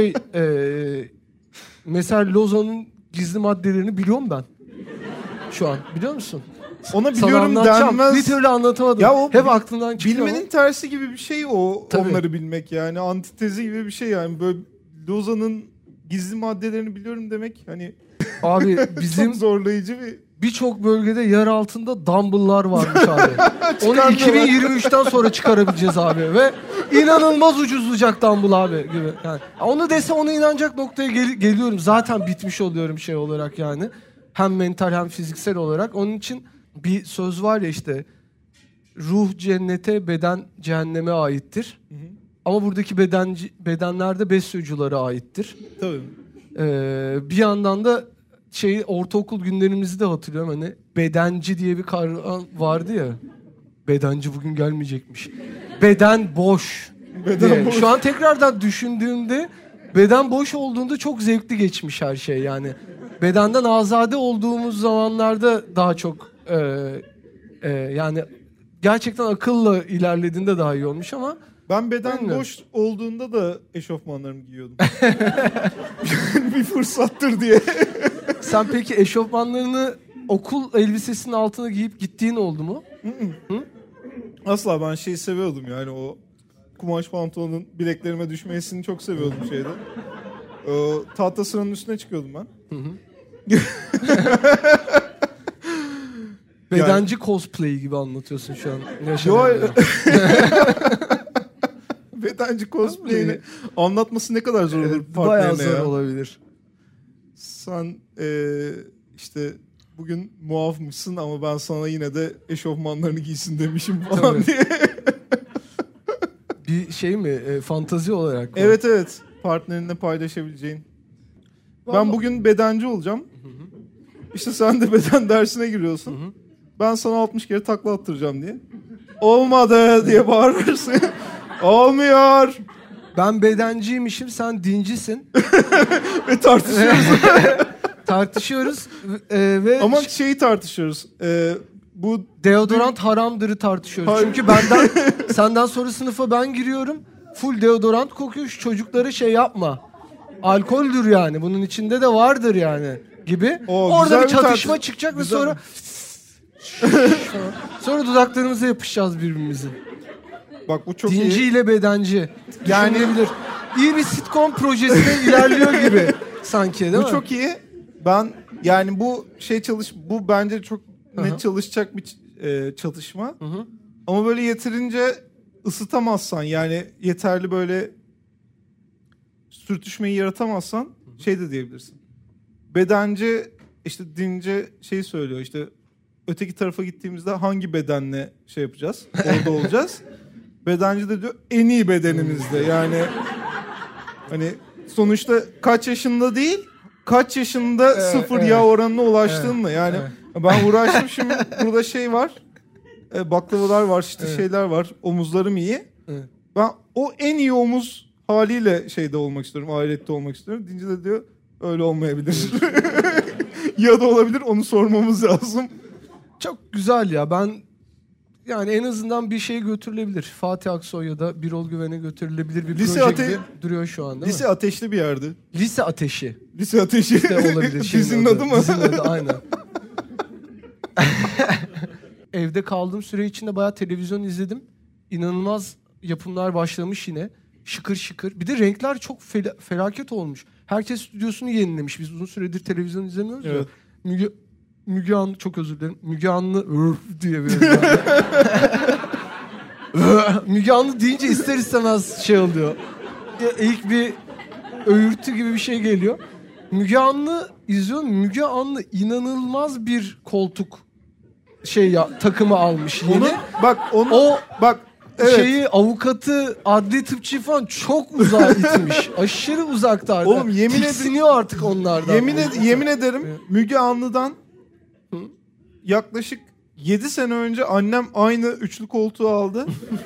mesela Lozan'ın gizli maddelerini biliyorum ben. Şu an biliyor musun? Ona Sana biliyorum anlatacağım. denmez. Bir türlü anlatamadım. Ya o hep aklımdan çıkıyor. Bilmenin tersi gibi bir şey o. Tabii. Onları bilmek yani. Antitezi gibi bir şey yani. Böyle Lozan'ın gizli maddelerini biliyorum demek hani Abi bizim çok zorlayıcı bir... birçok bölgede yer altında dumbbell'lar varmış abi. Onu 2023'ten sonra çıkarabileceğiz abi ve inanılmaz ucuzlayacak dumbbell abi gibi. Yani onu dese ona inanacak noktaya geliyorum. Zaten bitmiş oluyorum şey olarak yani. Hem mental hem fiziksel olarak. Onun için bir söz var ya işte ruh cennete, beden cehenneme aittir. Hı hı. Ama buradaki bedenler de besyoculara aittir. Tabii. Bir yandan da ortaokul günlerimizi de hatırlıyorum hani bedenci diye bir kavram vardı ya. Bedenci bugün gelmeyecekmiş. Beden boş. Beden boş. Şu an tekrardan düşündüğümde beden boş olduğunda çok zevkli geçmiş her şey yani. Bedenden azade olduğumuz zamanlarda daha çok yani gerçekten akılla ilerlediğinde daha iyi olmuş ama Ben beden bilmiyorum. boş olduğunda da eşofmanlarımı giyiyordum. Bir fırsattır diye. Sen peki eşofmanlarını okul elbisesinin altına giyip gittiğin oldu mu? Hı? Asla ben şeyi seviyordum yani o kumaş pantolonun bileklerime düşmesini çok seviyordum şeyde. Tahta sıranın üstüne çıkıyordum ben. Bedenci cosplay gibi anlatıyorsun şu an. Yo, bedenci cosplay'ini anlatması ne kadar zor olur bayağı partnerine zor ya. olabilir. Sen işte bugün muafmışsın ama ben sana yine de eşofmanlarını giysin demişim falan Tabii. diye. Bir şey mi? Fantazi olarak mı? Evet. Partnerinle paylaşabileceğin. Ben bugün bedenci olacağım. İşte sen de beden dersine giriyorsun. Ben sana 60 kere takla attıracağım diye. Olmadı diye bağırırsın. Olmuyor. Ben bedenciymişim, sen dincisin. Ve tartışıyoruz. Tartışıyoruz ve Ama şeyi tartışıyoruz. Bu deodorant haramdırı tartışıyoruz. Hayır. Çünkü senden sonra sınıfa ben giriyorum. Full deodorant kokuyor. Şu çocuklara şey yapma. Alkoldür yani. Bunun içinde de vardır yani gibi. Orada güzel bir bir çatışma çıkacak güzel. ve sonra dudaklarımıza yapışacağız birbirimizin. Bak bu çok Dinci iyi. ile bedenci. Yani iyi bir sitcom projesine ilerliyor gibi sanki değil mi? Bu çok iyi. Ben yani bu bu bence çok net çalışacak bir çatışma. Ama böyle yeterince ısıtamazsan yani yeterli böyle sürtüşmeyi yaratamazsan şey de diyebilirsin. Bedenci işte dinci şey söylüyor işte öteki tarafa gittiğimizde hangi bedenle şey yapacağız? Orada olacağız. Bedenci de diyor en iyi bedenimizde yani hani sonuçta kaç yaşında değil kaç yaşında sıfır yağ oranına ulaştığınla yani ben uğraştım şimdi burada şey var baklavalar var işte şeyler var omuzlarım iyi. Ben o en iyi omuz haliyle şeyde olmak istiyorum ahirette olmak istiyorum. Dinci de diyor öyle olmayabilir. Ya da olabilir onu sormamız lazım. Çok güzel ya ben yani en azından bir şey götürülebilir. Fatih Aksoy ya da Birol Güven'e götürülebilir bir proje gibi duruyor şu an değil lise mi? ateşli bir yerdi. Lise ateşi. Lise ateşi. De olabilir. Dizinin adı mı? Dizinin adı aynen. Evde kaldığım süre içinde bayağı televizyon izledim. İnanılmaz yapımlar başlamış yine. Şıkır şıkır. Bir de renkler çok felaket olmuş. Herkes stüdyosunu yenilemiş. Biz uzun süredir televizyon izlemiyoruz ya. Evet. Müge Anlı çok özür dilerim. Müge Anlı diye bir Müge Anlı deyince ister istemez şey oluyor. İlk bir öğürtü gibi bir şey geliyor. Müge Anlı izliyorum. Müge Anlı inanılmaz bir koltuk takımı almış yeni. Evet. Şeyi avukatı, adli tıpçı falan çok uzağa itmiş. Aşırı uzaklarda. Oğlum tiksiniyor artık onlardan. Yemin ederim Müge Anlı'dan yaklaşık 7 sene önce annem aynı üçlü koltuğu aldı.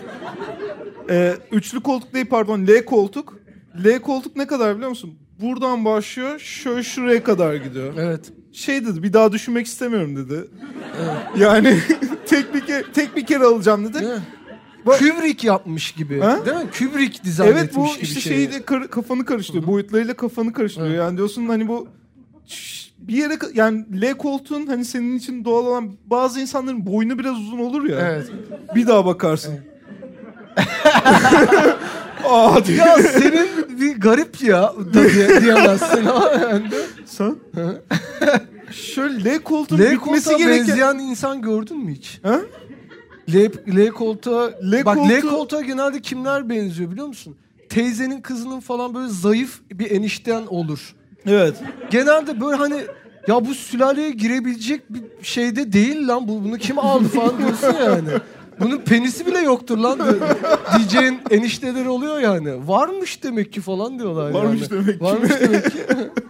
Üçlü koltuk değil pardon, L koltuk. L koltuk ne kadar biliyor musun? Buradan başlıyor şöyle şuraya kadar gidiyor. Evet. Şey dedi, bir daha düşünmek istemiyorum dedi. Evet. Yani tek bir kere alacağım dedi. Kubrick yapmış gibi. Ha? Değil mi? Kubrick dizayn etmiş gibi. Evet, bu işte şeyde kafanı karıştırıyor. Hı-hı. Boyutlarıyla kafanı karıştırıyor. Evet. Yani diyorsun hani bu bir yere, yani L koltuğun hani senin için doğal olan, bazı insanların boynu biraz uzun olur ya. Evet. Bir daha bakarsın. Evet. Ya senin bir garip ya diyemezsin ama yani. Sen? Şöyle L koltuğun bitmesi gereken... benzeyen insan gördün mü hiç? Ha? L koltuğa... L koltuğa genelde kimler benziyor biliyor musun? Teyzenin kızının falan böyle zayıf bir enişten olur. Evet. Genelde böyle hani ya bu sülaleye girebilecek bir şeyde değil lan, bunu kim aldı falan diyorsun yani. Bunun penisi bile yoktur lan diyeceğin enişteler oluyor yani. Varmış demek ki falan diyorlar. Varmış yani. Varmış demek ki.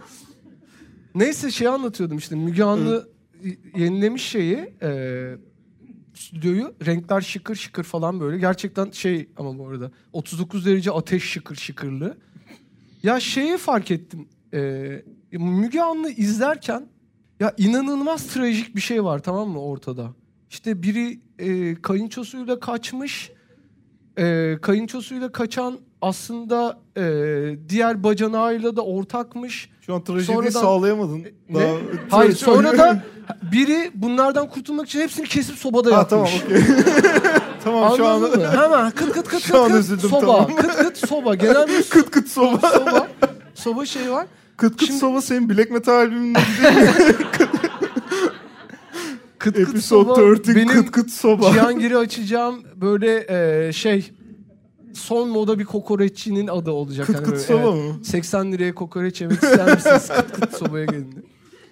Neyse anlatıyordum işte. Müge Anlı yenilemiş şeyi, stüdyoyu. Renkler şıkır şıkır falan böyle. Gerçekten ama bu arada 39 derece ateş şıkır şıkırlı. Ya fark ettim. Müge Anlı izlerken ya inanılmaz trajik bir şey var, tamam mı, ortada. İşte biri kayınçosuyla kaçmış. Kayınçosuyla kaçan aslında diğer bacanağıyla da ortakmış. Şu an trajediyi sağlayamadın. Ne? Hayır, sonra da biri bunlardan kurtulmak için hepsini kesip sobada yakmış. Tamam, okey. Tamam. Anladın şu an mı? Hemen kıt şu an üzüldüm, soba. Tamam. Kıt soba. Genel bir kıt soba. Soba var. Kıt soba senin Black Metal albümünde değil mi? Kıt soba benim kıt soba. Cihangir'i açacağım böyle son moda bir kokoreççinin adı olacak. Kıt soba mı? 80 liraya kokoreç yemek ister misiniz? Kıt sobaya gelin.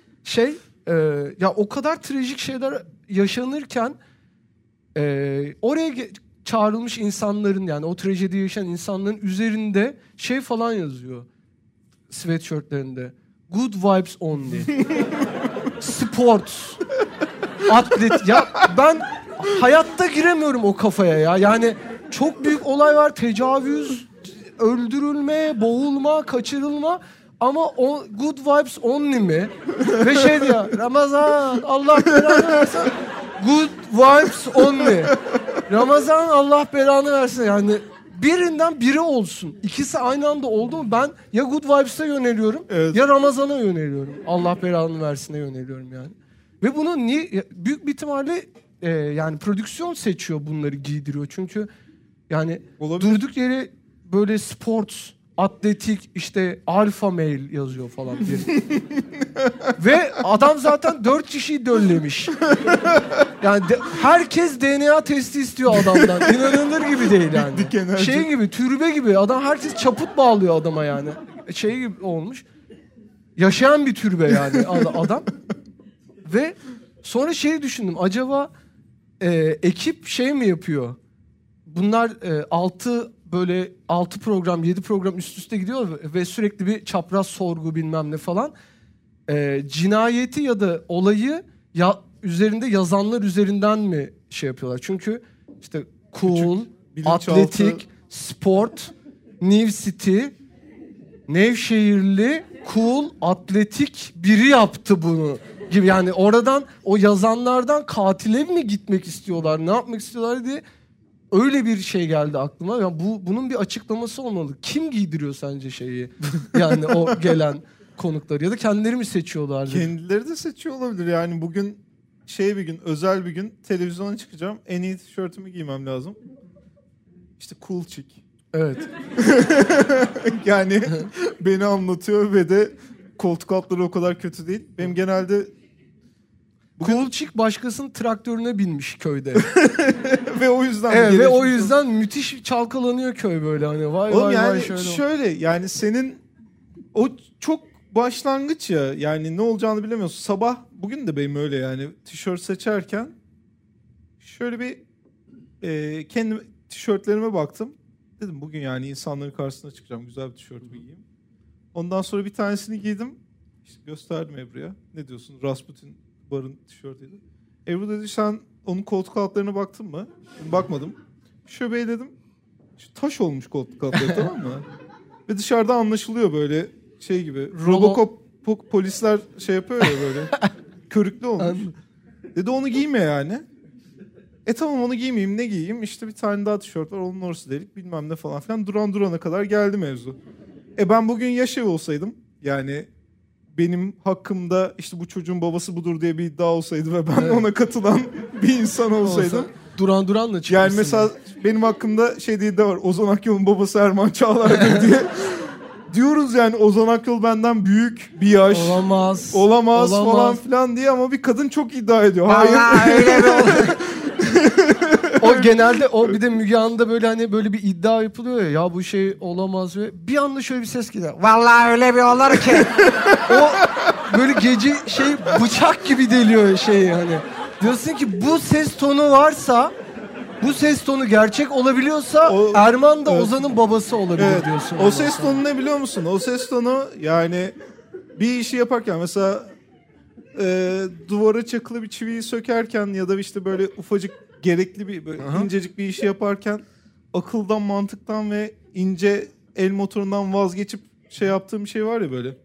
Ya o kadar trajik şeyler yaşanırken oraya çağrılmış insanların, yani o trajedi yaşayan insanların üzerinde falan yazıyor. Sweatshirtlerinde. Good vibes only. Sports. Atlet. Ya ben hayatta giremiyorum o kafaya ya. Yani çok büyük olay var. Tecavüz, öldürülme, boğulma, kaçırılma. Ama o good vibes only mi? Ve ya Ramazan Allah belanı versin. Good vibes only. Ramazan Allah belanı versin. Yani birinden biri olsun. İkisi aynı anda oldu mu ben ya good vibes'e yöneliyorum, evet, ya Ramazan'a yöneliyorum. Allah belanı versin'e yöneliyorum yani. Ve bunu büyük bir ihtimalle yani prodüksiyon seçiyor, bunları giydiriyor. Çünkü yani olabilir, durduk yere böyle sports, atletik, işte alfa male yazıyor falan diye. Ve adam zaten 4 kişiyi döllemiş. Yani herkes DNA testi istiyor adamdan. İnanılır gibi değil yani. Gibi, türbe gibi. Adam, herkes çaput bağlıyor adama yani. Gibi olmuş. Yaşayan bir türbe yani adam. Ve sonra düşündüm. Acaba ekip mi yapıyor? Bunlar 6 program, 7 program üst üste gidiyor ve sürekli bir çapraz sorgu bilmem ne falan. Cinayeti ya da olayı üzerinde yazanlar üzerinden mi yapıyorlar? Çünkü işte cool, atletik, sport, New City, Nevşehirli, cool, atletik biri yaptı bunu gibi. Yani oradan, o yazanlardan katile mi gitmek istiyorlar, ne yapmak istiyorlar diye öyle bir şey geldi aklıma. Yani bunun bir açıklaması olmalı. Kim giydiriyor sence yani o gelen konukları, ya da kendileri mi seçiyorlardı? Kendileri de seçiyor olabilir. Yani bugün bir gün, özel bir gün televizyona çıkacağım. En iyi tişörtümü giymem lazım. İşte cool chick. Evet. Yani beni anlatıyor ve de koltuk altları o kadar kötü değil. Benim genelde cool chick başkasının traktörüne binmiş köyde. Ve o yüzden ve o yüzden müthiş çalkalanıyor köy böyle, hani vay oğlum vay yani vay şöyle yani senin o çok başlangıç ya, yani ne olacağını bilemiyorsun. Sabah bugün de benim öyle yani, tişört seçerken şöyle bir kendi tişörtlerime baktım. Dedim bugün yani insanların karşısına çıkacağım, güzel bir tişört giyeyim. Ondan sonra bir tanesini giydim. İşte gösterdim Ebru'ya. Ne diyorsun? Rasputin Bar'ın tişörtüydü. Ebru dedi sen onun koltuk altlarına baktın mı? Bakmadım. Şöyle dedim. Taş olmuş koltuk altları tamam mı? Ve dışarıda anlaşılıyor böyle şey gibi. Robocop polisler şey yapıyor ya böyle. Körüklü olmuş. Dedi onu giyme yani. Tamam onu giymeyeyim, ne giyeyim? İşte bir tane daha tişört var, onun orası delik bilmem ne falan filan. Durana kadar geldi mevzu. Ben bugün yaşıyor olsaydım, yani benim hakkımda işte bu çocuğun babası budur diye bir iddia olsaydı ve ben ona katılan bir insan olsaydım. Duran'la çıkmışsın. Yani mesela benim hakkımda şey diye de var, Ozan Akyol'un babası Erman Çağlar'dır diye. Diyoruz yani Ozan Akyol benden büyük bir yaş. Olamaz falan filan diye, ama bir kadın çok iddia ediyor. Hayır. Öyle mi olur? O genelde o bir de Müge Anlı'da böyle hani böyle bir iddia yapılıyor ya bu şey olamaz ve bir anda şöyle bir ses geliyor. Vallahi öyle bir olur ki. O böyle gece şey bıçak gibi deliyor şey hani. Diyorsun ki bu ses tonu varsa, bu ses tonu gerçek olabiliyorsa Erman da Ozan'ın babası olabilir diyorsun. O ses tonu ne biliyor musun? O ses tonu yani bir işi yaparken mesela duvara çakılı bir çiviyi sökerken ya da işte böyle ufacık gerekli bir böyle incecik bir işi yaparken akıldan, mantıktan ve ince el motorundan vazgeçip şey yaptığım bir şey var ya böyle.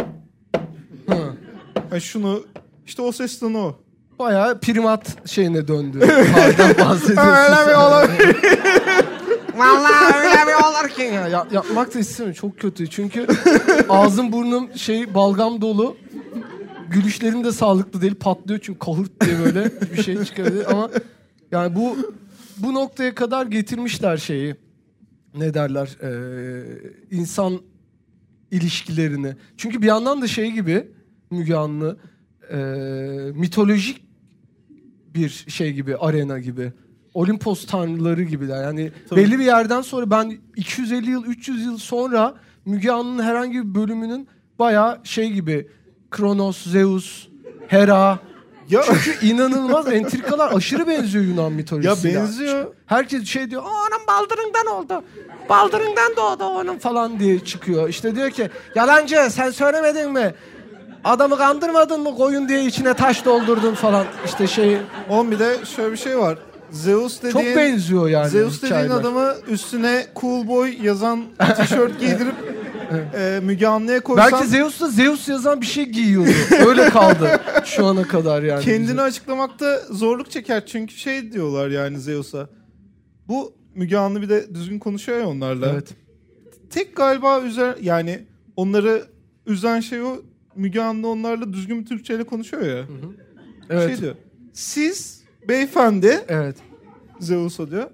Yani şunu işte o ses tonu o. Bayağı primat şeyine döndü. Pardon bahsediyorsun. Öyle bir olabilir. Vallahi öyle bir olur ki. Yapmak da istemiyorum. Çok kötü. Çünkü ağzım burnum balgam dolu. Gülüşlerim de sağlıklı değil. Patlıyor çünkü kahırt diye böyle bir şey çıkabilir. Ama yani bu noktaya kadar getirmişler şeyi. Ne derler? İnsan ilişkilerini. Çünkü bir yandan da şey gibi Müge Anlı mitolojik bir şey gibi, arena gibi. Olimpos tanrıları gibiler. Yani tabii. Belli bir yerden sonra ben 250 yıl, 300 yıl sonra Müge Anlı'nın herhangi bir bölümünün bayağı şey gibi Kronos, Zeus, Hera. Ya. Çünkü inanılmaz entrikalar aşırı benziyor Yunan mitolojisiyle. Ya benziyor. Herkes şey diyor, onun baldırından oldu. Baldırından doğdu onun falan diye çıkıyor. İşte diyor ki, yalancı sen söylemedin mi? Adamı kandırmadın mı koyun diye içine taş doldurdun falan. İşte şey. Oğlum bir de şöyle bir şey var. Zeus dediğin, çok benziyor yani. Zeus dediğin adamı üstüne cool boy yazan tişört giydirip Müge Anlı'ya koysan... Belki Zeus da Zeus yazan bir şey giyiyordu. Öyle kaldı şu ana kadar yani. Kendini bize açıklamakta zorluk çeker çünkü şey diyorlar yani Zeus'a. Bu Müge Anlı bir de düzgün konuşuyor ya onlarla. Evet. Tek galiba yani onları üzen şey o, Müge Anlı onlarla düzgün bir Türkçeyle konuşuyor ya. Hı. Evet. Şey diyor. Siz beyefendi, evet. Zeus'a diyor.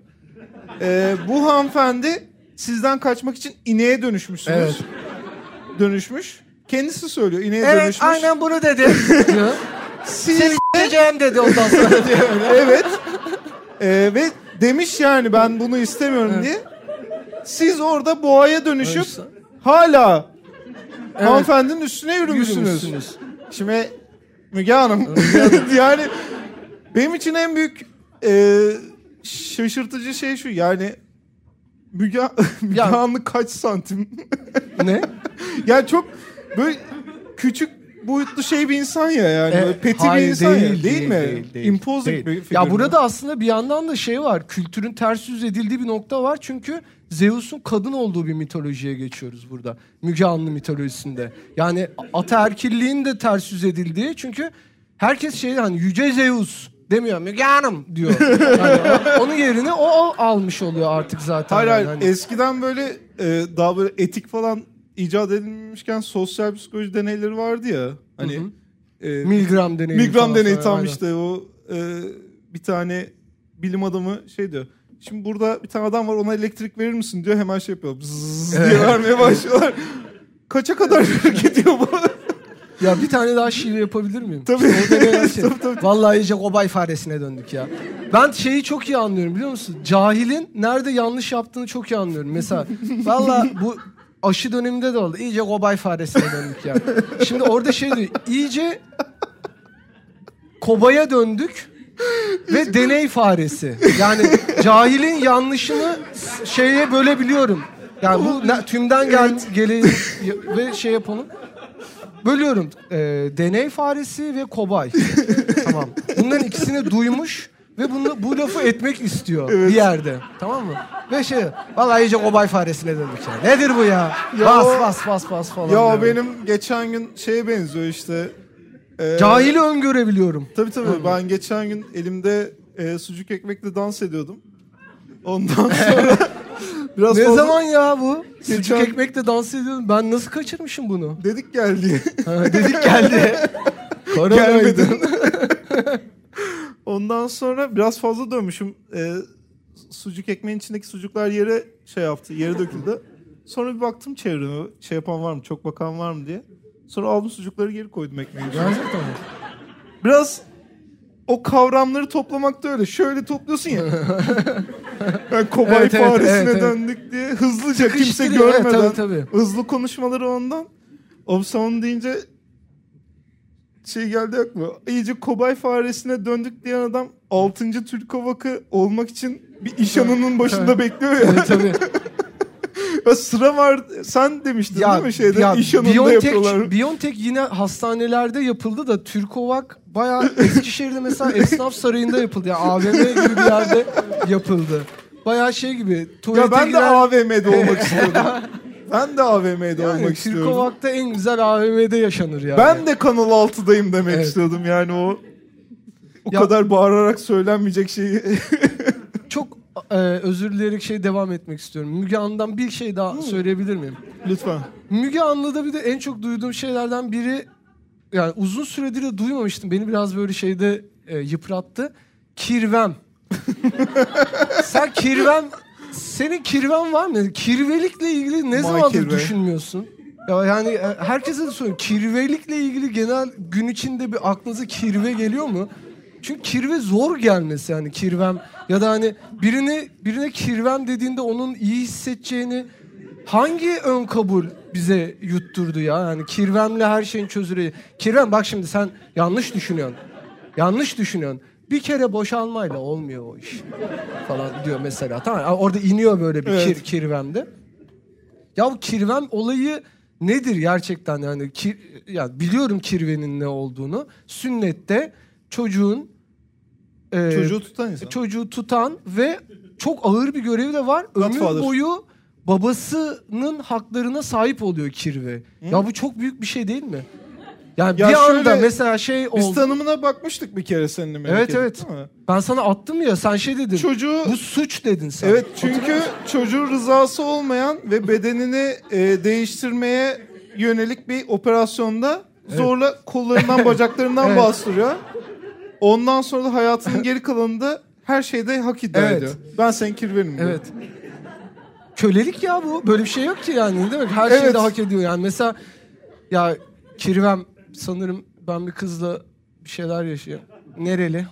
Bu hanımefendi sizden kaçmak için ineğe dönüşmüşsünüz. Evet. Dönüşmüş. Kendisi söylüyor ineğe evet, dönüşmüş. Evet aynen bunu dedi. Seni s**eceğim dedi ondan sonra diyor. Evet. Ve demiş yani ben bunu istemiyorum diye. Siz orada boğaya dönüşüp hala hanımefendinin üstüne yürümüşsünüz. Şimdi Müge Hanım yani benim için en büyük şaşırtıcı şey şu yani Müge Anlı kaç santim? Ne? Yani çok böyle küçük boyutlu şey bir insan ya yani. Peti bir insan değil mi? Imposing bir figür. Ya burada aslında bir yandan da şey var. Kültürün ters yüz edildiği bir nokta var. Çünkü Zeus'un kadın olduğu bir mitolojiye geçiyoruz burada. Müge Anlı mitolojisinde. Yani ataerkilliğin de ters yüz edildiği. Çünkü herkes hani Yüce Zeus demiyor. Müge Hanım diyor. Yani onun yerini o almış oluyor artık zaten. Hayır. Hani. Eskiden böyle daha böyle etik falan icat edilmişken sosyal psikoloji deneyleri vardı ya. Hani Milgram deneyi. Milgram deneyi tam aynen. İşte o bir tane bilim adamı şey diyor. Şimdi burada bir tane adam var, ona elektrik verir misin diyor, hemen şey yapıyor. Bzzz diye vermeye başlıyorlar. Kaça kadar gidiyor bu? Ya bir tane daha şive yapabilir miyim? Tabii. İşte tabii. Vallahi iyice kobay faresine döndük ya. Ben şeyi çok iyi anlıyorum biliyor musun? Cahilin nerede yanlış yaptığını çok iyi anlıyorum. Mesela vallahi bu aşı döneminde de oldu. İyice kobay faresine döndük ya. Şimdi orada şey diyor. İyice kobaya döndük ve deney faresi. Yani cahilin yanlışını şeye bölebiliyorum. Yani bu tümden geleği ve şey yapalım. Bölüyorum. Deney faresi ve kobay. Tamam. Bunların ikisini duymuş ve bu lafı etmek istiyor bir yerde. Tamam mı? Ve vallahi iyice kobay faresine döndük ya. Nedir bu ya? Bas falan. Ya yani. benim geçen gün şeye benziyor işte. Cahili öngörebiliyorum. Tabii. Ben geçen gün elimde sucuk ekmekle dans ediyordum. Ondan sonra biraz Ne fazla zaman ya bu? Geçen- Sucuk ekmekle dans ediyordum. Ben nasıl kaçırmışım bunu? dedik geldi. Dedik geldi. Koronaydı. Gelmedin. Ondan sonra biraz fazla dönmüşüm. Sucuk ekmeğin içindeki sucuklar yere yere döküldü. Sonra bir baktım çevreme, yapan var mı, çok bakan var mı diye. Sonra aldım sucukları geri koydum ekmeğin içine. Gerçekten mi? Biraz o kavramları toplamak da öyle. Şöyle topluyorsun ya. Yani kobay faresine döndük diye hızlıca kimse görmeden. Evet, tabii. Hızlı konuşmaları ondan. Onu deyince geldi aklıma. İyice kobay faresine döndük diyen adam 6. Türk Havakı olmak için bir iş anının başında bekliyor ya. Evet, tabii. Ya sıra var. Sen demiştin değil mi iş anında yapıyorlar. BioNTech yine hastanelerde yapıldı da Türkovak bayağı Eskişehir'de mesela Esnaf Sarayı'nda yapıldı. Yani AVM gibi bir yerde yapıldı. Bayağı gibi. Ya ben de AVM'de olmak istiyordum. Ben de AVM'de olmak istiyorum. Türkovak'ta en güzel AVM'de yaşanır yani. Ben de Kanal 6'dayım demek istiyordum yani o kadar bağırarak söylenmeyecek şeyi. Çok özür dileyerek devam etmek istiyorum. Müge Anlı'dan bir şey daha söyleyebilir miyim? Lütfen. Müge Anlı'da bir de en çok duyduğum şeylerden biri, yani uzun süredir de duymamıştım. Beni biraz böyle yıprattı. Kirvem. Senin kirven var mı? Kirvelikle ilgili ne zamandır düşünmüyorsun? Ya yani herkese de soruyorum. Kirvelikle ilgili genel gün içinde bir aklınıza kirve geliyor mu? Çünkü kirve zor gelmesi yani kirvem. Ya da hani birine kirvem dediğinde onun iyi hissedeceğini hangi ön kabul bize yutturdu ya? Yani kirvemle her şeyin çözüleceği. Kirvem bak şimdi sen yanlış düşünüyorsun. Bir kere boşalmayla olmuyor o iş falan diyor mesela. Tamam, orada iniyor böyle bir kirvemde. Ya bu kirvem olayı nedir gerçekten yani? Ya biliyorum kirvenin ne olduğunu. Sünnette çocuğu tutan ve çok ağır bir görevi de var. Ömür boyu babasının haklarına sahip oluyor kirve. Ya bu çok büyük bir şey değil mi? Yani bir anda mesela oldu. Biz tanımına bakmıştık bir kere seninle memleket. Evet. Ben sana attım ya sen dedin. Bu suç dedin sen. Evet çünkü çocuğun rızası olmayan ve bedenini değiştirmeye yönelik bir operasyonda zorla kollarından bacaklarından bastırıyor. Ondan sonra da hayatının geri kalanında her şeyde hak iddia ediyor. Ben senin kirvenim. Evet. Kölelik ya bu. Böyle bir şey yok ki yani değil mi? Her şeyi de hak ediyor yani. Mesela ya kirvem sanırım ben bir kızla bir şeyler yaşıyorum. Nereli?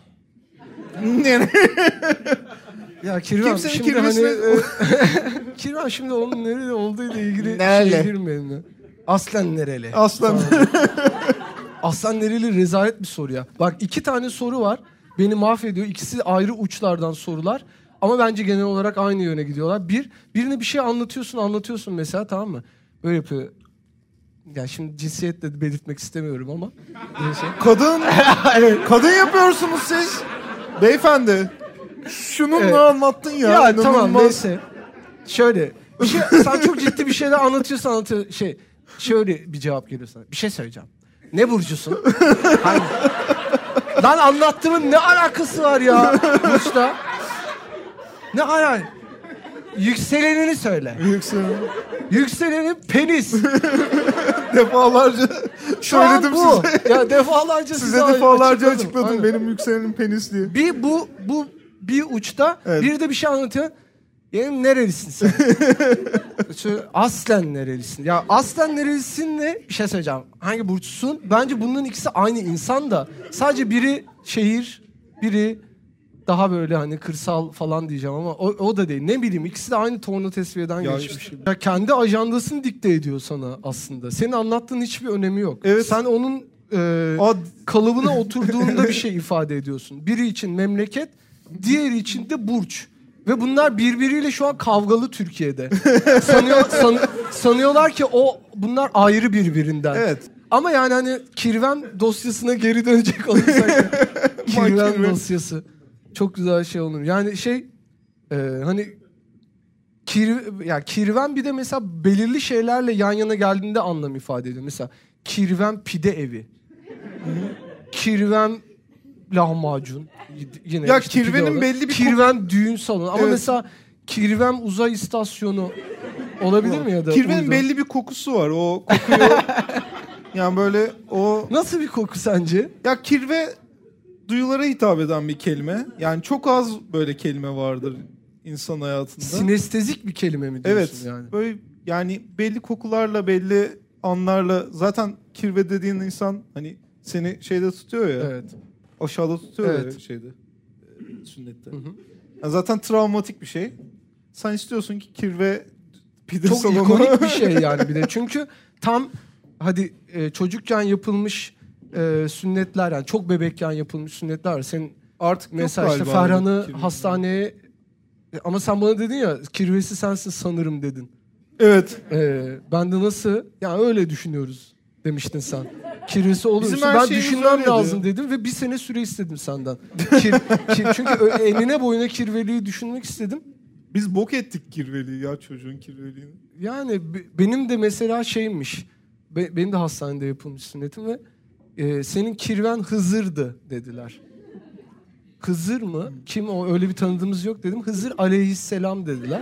Ya kirvem kimsenin şimdi kirvem şimdi onun nereli olduğuyla ilgili girmeyelim mi? Aslen nereli? Aslen nereli rezalet bir soru ya. Bak 2 tane soru var. Beni mahvediyor. İkisi ayrı uçlardan sorular. Ama bence genel olarak aynı yöne gidiyorlar. Birine bir şey anlatıyorsun mesela, tamam mı? Böyle yapıyor. Ya şimdi cinsiyetle belirtmek istemiyorum ama. Kadın yapıyorsunuz siz. Beyefendi. Şununla anlattın ya. Ya tamam neyse. Şöyle. Sen çok ciddi bir şeyler anlatıyorsun. Şöyle bir cevap geliyor sana. Bir şey söyleyeceğim. Ne burcusun? Lan anlattığımın ne alakası var ya? Burçla. Ne alakası? Yükselenini söyle. Yükselenin penis. Defalarca söyledim size. Ya defalarca size açıkladım. Benim yükselenim penis diye. Bir uçta biri de bir şey anlatıyor. Benim nerelisin sen? Aslen nerelisin? Ya aslen nerelisinle bir şey söyleyeceğim. Hangi burçsun? Bence bunların ikisi aynı insan da. Sadece biri şehir, biri daha böyle hani kırsal falan diyeceğim ama o da değil. Ne bileyim, ikisi de aynı torna tesviyeden geçmiş. Ya kendi ajandasını dikte ediyor sana aslında. Senin anlattığın hiçbir önemi yok. Evet. Sen onun kalıbına oturduğunda bir şey ifade ediyorsun. Biri için memleket, diğeri için de burç. Ve bunlar birbiriyle şu an kavgalı Türkiye'de. Sanıyorlar ki bunlar ayrı birbirinden. Evet. Ama yani hani kirven dosyasına geri dönecek olursak. Kirven dosyası. Çok güzel şey olur. Yani hani kirven bir de mesela belirli şeylerle yan yana geldiğinde anlam ifade ediyor. Mesela kirven pide evi. Kirven lahmacun. Yine Ya işte kirvenin pide belli bir kirven düğün salonu. Ama Evet. mesela kirven uzay istasyonu olabilir mi ya da? Kirvenin uydu? belli bir kokusu var. O kokuyu yani böyle o Nasıl bir koku sence? ya kirve duyulara hitap eden bir kelime. Yani çok az böyle kelime vardır insan hayatında. Sinestezik bir kelime mi diyorsun Evet. yani? Böyle yani belli kokularla, belli anlarla zaten kirve dediğin insan hani seni şeyde tutuyor ya. Evet. Aşağıda tutuyor Evet. ya şeyde. Sünnette. Hı. Yani zaten travmatik bir şey. Sen istiyorsun ki kirve pide Çok salonu. ikonik bir şey yani bir de. Çünkü tam çocukken yapılmış sünnetler, yani çok bebekken yapılmış sünnetler var. Senin Artık yok mesela işte galiba Ferhan'ı kirve. hastaneye ama sen bana dedin ya kirvesi sensin sanırım dedin. Evet. Ben de nasıl? Yani öyle düşünüyoruz demiştin sen. Kirvesi oluyorsun. Bizim her Ben şeyimiz düşünmem öyleydi. lazım dedim ve bir sene süre istedim senden. Çünkü enine boyuna kirveliği düşünmek istedim. Biz bok ettik kirveliği ya, çocuğun kirveliğini. Yani benim de mesela şeymiş. Benim de hastanede yapılmış sünnetim ve senin kirven Hızır'dı dediler. Hızır mı? Kim o? Öyle bir tanıdığımız yok dedim. Hızır aleyhisselam dediler.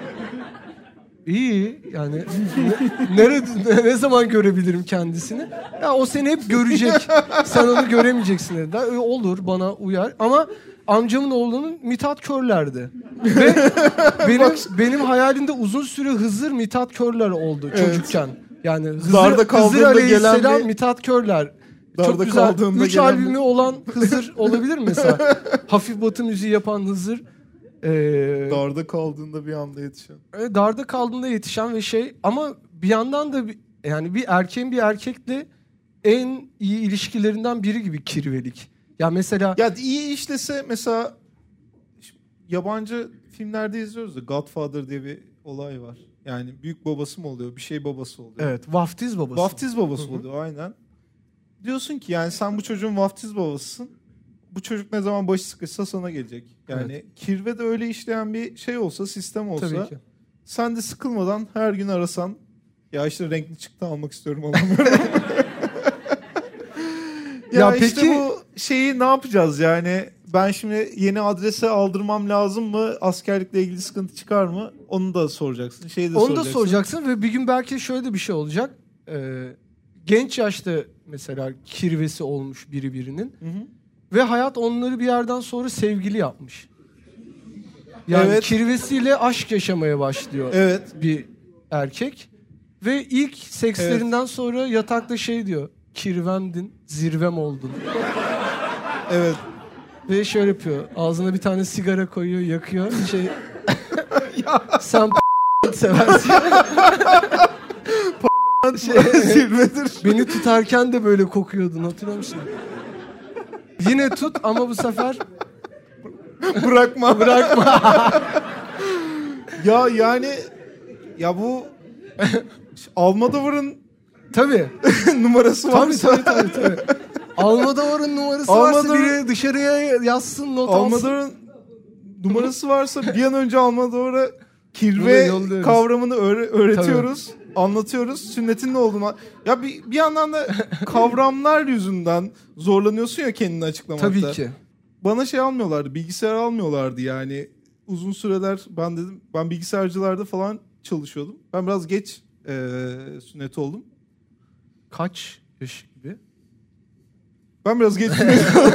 İyi yani ne zaman görebilirim kendisini? Ya o seni hep görecek. Sen onu göremeyeceksin dediler. Olur, bana uyar ama amcamın oğlunun Mithat Körler'di. Ve benim hayalimde uzun süre Hızır Mithat Körler oldu çocukken. Yani Darda Hızır kaldığında Aleyhisselam gelen bir- Mithat Körler. Darda Çok güzel. kaldığında 3 gelen albümü bir- olan Hızır olabilir mi mesela? Hafif batı müziği yapan Hızır. Darda kaldığında bir anda yetişen. Darda kaldığında yetişen ve ama bir yandan da yani bir erkeğin bir erkekle en iyi ilişkilerinden biri gibi kirvelik. Ya mesela Ya iyi işlese mesela yabancı filmlerde izliyoruz da Godfather diye bir olay var. Yani büyük babası mı oluyor? Bir şey babası oluyor. evet, vaftiz babası. Vaftiz babası Hı hı. oluyor aynen. Diyorsun ki yani sen bu çocuğun vaftiz babasısın. Bu çocuk ne zaman başı sıkışsa sana gelecek. Yani kirve de öyle işleyen bir şey olsa, sistem olsa. Tabii ki. Sen de sıkılmadan her gün arasan, ya işte renkli çıktı almak istiyorum, alamıyorum. Ya işte peki- bu şeyi ne yapacağız yani? Ben şimdi yeni adrese aldırmam lazım mı? Askerlikle ilgili sıkıntı çıkar mı? Onu da soracaksın. Şeyi de Onu da soracaksın ve bir gün belki şöyle de bir şey olacak. Genç yaşta mesela kirvesi olmuş birinin. Hı hı. Ve hayat onları bir yerden sonra sevgili yapmış. Yani Evet. kirvesiyle aşk yaşamaya başlıyor Evet. bir erkek. Ve ilk sekslerinden sonra yatakta şey diyor. Kirvemdin, zirvem oldun. Evet. Ve şöyle yapıyor. Ağzına bir tane sigara koyuyor, yakıyor. Sen seversin. Zirvedir. Beni tutarken de böyle kokuyordun, hatırlıyor musun? Yine tut ama bu sefer Bırakma. bırakma. Ya yani ya bu Almodovar'ın Tabii. numarası var. Tabii. Almodovar'ın numarası varsa Almodovar- biri dışarıya yazsın, not alsın. Almodovar'ın numarası varsa bir an önce Almodovar'a Bunu kirve yolluyoruz. kavramını öğretiyoruz. Anlatıyoruz. Sünnetin ne olduğunu. Ya bir yandan da kavramlar yüzünden zorlanıyorsun ya kendini açıklamakta. Tabii ki. Bana şey almıyorlardı. Bilgisayar almıyorlardı yani. Uzun süreler ben bilgisayarcılarda falan çalışıyordum. Ben biraz geç sünnet oldum. Kaç yaş gibi? Ben biraz geç sünnet oldum.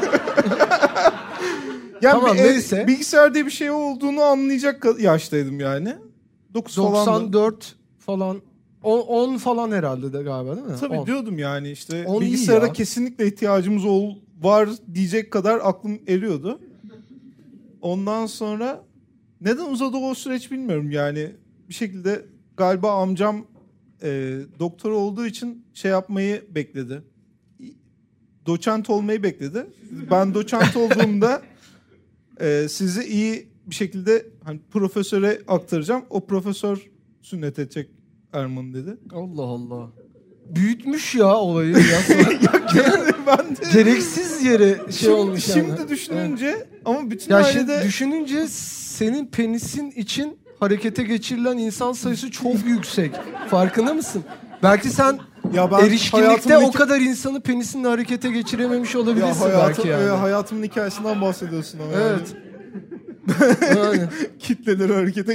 Yani Tamam, neyse. bilgisayar diye bir şey olduğunu anlayacak yaştaydım yani. 9 falan. 94 falan. 10 falan herhalde de galiba, değil mi? Tabii 10. diyordum yani işte 10 iyi bilgisayara ya. kesinlikle ihtiyacımız var diyecek kadar aklım eriyordu. Ondan sonra neden uzadı o süreç bilmiyorum yani. Bir şekilde galiba amcam doktor olduğu için şey yapmayı bekledi. Doçent olmayı bekledi. Ben doçent olduğumda sizi iyi bir şekilde hani profesöre aktaracağım. O profesör sünnet edecek Erman dedi. Allah Allah. büyütmüş ya olayı. Ben de Gereksiz yere şey olmuş yani. Şimdi düşününce ama bütün Ya şimdi ailede düşününce senin penisin için harekete geçirilen insan sayısı çok yüksek. Farkında mısın? Belki sen ya ben erişkinlikte o kadar insanı penisinle harekete geçirememiş olabilirsin belki yani. Hayatımın hikayesinden bahsediyorsun ama. Evet. Yani. Kitleleri harekete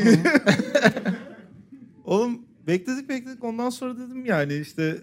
Oğlum bekledik ondan sonra dedim yani işte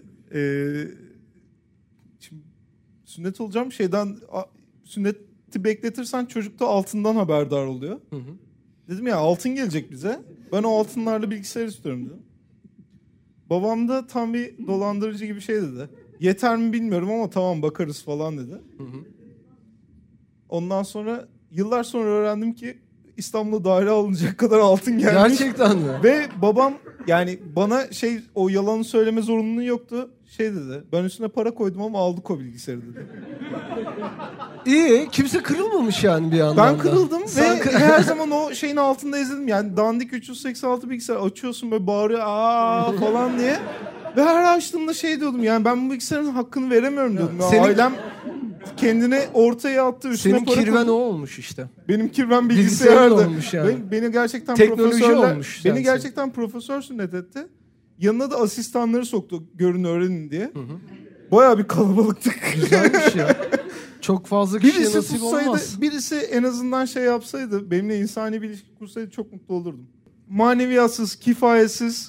şimdi sünnet olacağım sünneti bekletirsen çocuk da altından haberdar oluyor. Hı. Dedim ya altın gelecek bize. Ben o altınlarla bilgisayar istiyorum dedim. Babam da tam bir dolandırıcı gibi şey dedi. Yeter mi bilmiyorum ama tamam bakarız falan dedi. Hı. Ondan sonra yıllar sonra öğrendim ki İstanbul'da daire alınacak kadar altın gelmiş. Gerçekten mi? Ve babam yani bana o yalanı söyleme zorunluluğu yoktu. Dedi. Ben üstüne para koydum ama aldık o bilgisayarı dedi. İyi. Kimse kırılmamış yani bir yandan Ben kırıldım ve her zaman o şeyin altında ezildim. Yani dandik 386 bilgisayar açıyorsun böyle bağırıyor aa falan diye. Ve her açtığımda diyordum yani ben bu bilgisayarın hakkını veremiyorum diyordum. Ailem kendini ortaya attı. Senin kirven o olmuş işte. Benim kirven bilgisayardı. Olmuş yani. Beni gerçekten teknoloji olmuş. Beni gerçekten profesör sünnet etti. Yanına da asistanları soktu görün öğrenin diye. Hı. Bayağı bir kalabalıktık. Güzelmiş ya. Çok fazla kişiye nasip olmaz. Birisi en azından yapsaydı, benimle insani bir ilişki kursaydı çok mutlu olurdum. Maneviyatsız, kifayetsiz,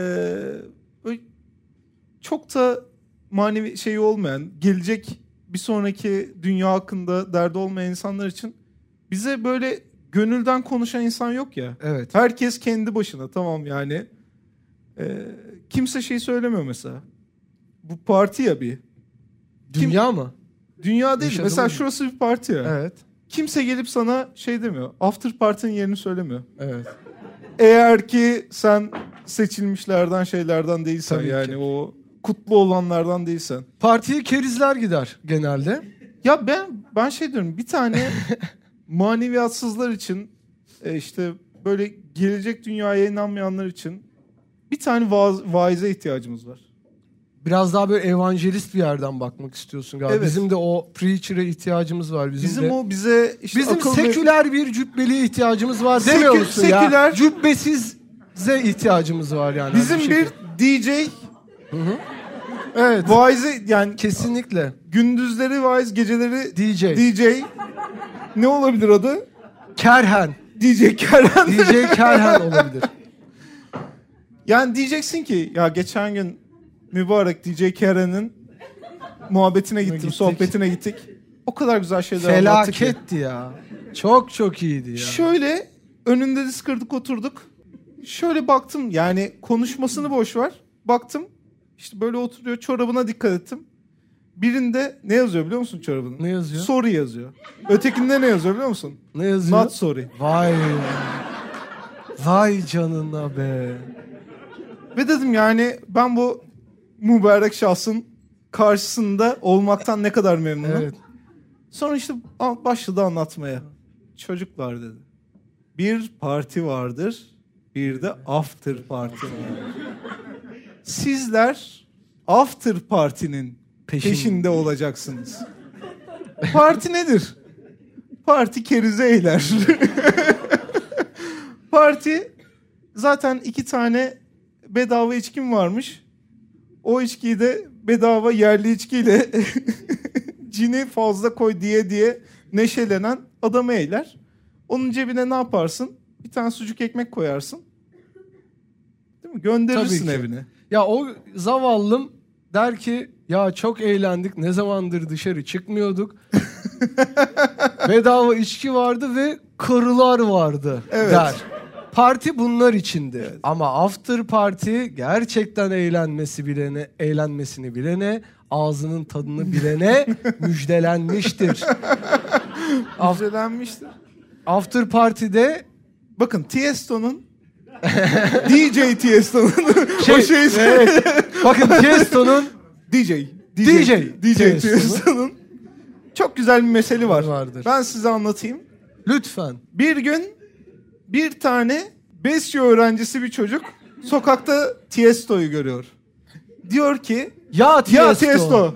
çok da manevi olmayan, gelecek bir sonraki dünya hakkında derdi olmayan insanlar için bize böyle gönülden konuşan insan yok ya. Evet. Herkes kendi başına tamam yani. Kimse söylemiyor mesela. Bu parti ya bir. Dünya mı? Dünya değil. Yaşadın mesela mı? şurası bir parti ya. Evet. Kimse gelip sana demiyor. After party'nin yerini söylemiyor. Evet. Eğer ki sen seçilmişlerden şeylerden değilsen tabii yani ki. o kutlu olanlardan değilsen. Partiye kerizler gider genelde. Ya ben diyorum bir tane maneviyatsızlar için böyle gelecek dünyaya inanmayanlar için bir tane vaize ihtiyacımız var. Biraz daha böyle evangelist bir yerden bakmak istiyorsun galiba. Evet. Bizim de o preacher'e ihtiyacımız var. Bize bizim seküler bir cübbeliğe ihtiyacımız var demiyor musun seküler, ya? Cübbesize ihtiyacımız var yani. Bizim bir DJ. Hı. Evet. Vaize yani kesinlikle. Gündüzleri vaiz, geceleri DJ. Ne olabilir adı? Kerhen. DJ Kerhen. DJ Kerhen olabilir. Yani diyeceksin ki ya geçen gün mübarek DJ Kerhen'in muhabbetine gittim, sohbetine gittik. O kadar güzel şeyler anlattık ki. Felaketti ya. Çok çok iyiydi ya. Şöyle önünde diz kırdık oturduk. Şöyle baktım yani konuşmasını boş ver. Baktım böyle oturuyor çorabına dikkat ettim. Birinde ne yazıyor biliyor musun çorabının? Ne yazıyor? Sorry yazıyor. Ötekinde ne yazıyor biliyor musun? Ne yazıyor? Not sorry. Vay canına be. Ve dedim yani ben bu mübarek şahsın karşısında olmaktan ne kadar memnunum. Evet. Sonra başladı anlatmaya. Çocuklar dedi. Bir parti vardır, bir de after party vardır. Sizler after party'nin peşinde olacaksınız. Parti nedir? Parti kerize eyler. Parti zaten 2 tane bedava içkim varmış. O içkiyi de bedava yerli içkiyle cini fazla koy diye neşelenen adamı eyler. Onun cebine ne yaparsın? Bir tane sucuk ekmek koyarsın. Değil mi? Gönderirsin evine. Ya o zavallım der ki ya çok eğlendik. Ne zamandır dışarı çıkmıyorduk. Bedava içki vardı ve karılar vardı der. Parti bunlar içindi. Evet. Ama after party gerçekten eğlenmesini bilene, ağzının tadını bilene müjdelenmiştir. Müjdelenmiştir. After party'de bakın Tiesto'nun DJ Tiesto'nun evet. Bakın Tiesto'nun DJ Tiesto'nun çok güzel bir mesele vardır. Ben size anlatayım. Lütfen. Bir gün bir tane Besyo öğrencisi bir çocuk sokakta Tiesto'yu görüyor. Diyor ki Ya Tiesto. Tiesto.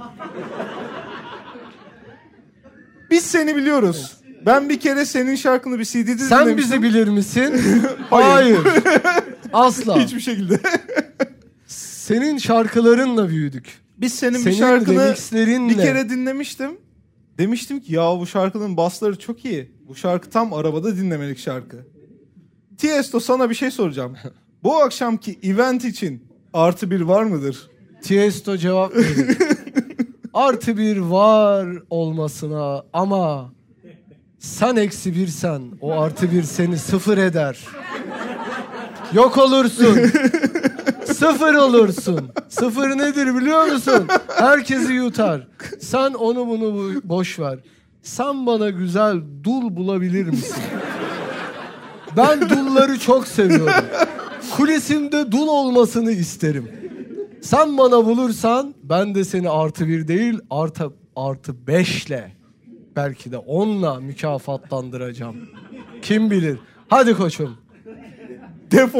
Biz seni biliyoruz. Ben bir kere senin şarkını bir CD'de dinlemiştim. Sen bizi bilir misin? Hayır. Hayır. Asla. Hiçbir şekilde. Senin şarkılarınla büyüdük. Biz senin bir Senin şarkını remixlerinle. bir kere dinlemiştim. Demiştim ki ya bu şarkının basları çok iyi. Bu şarkı tam arabada dinlemelik şarkı. Tiesto, sana bir şey soracağım. Bu akşamki event için +1 var mıdır? Tiesto cevap verir. +1 var olmasına ama sen -1'sen o +1 seni 0 eder. Yok olursun. 0 olursun. 0 nedir biliyor musun? Herkesi yutar. Sen onu bunu boş ver. Sen bana güzel dul bulabilir misin? Ben dulları çok seviyorum. Kulisimde dul olmasını isterim. Sen bana bulursan ben de seni +1 değil +5'le belki de 10'la mükafatlandıracağım. Kim bilir. Hadi koçum. Defol.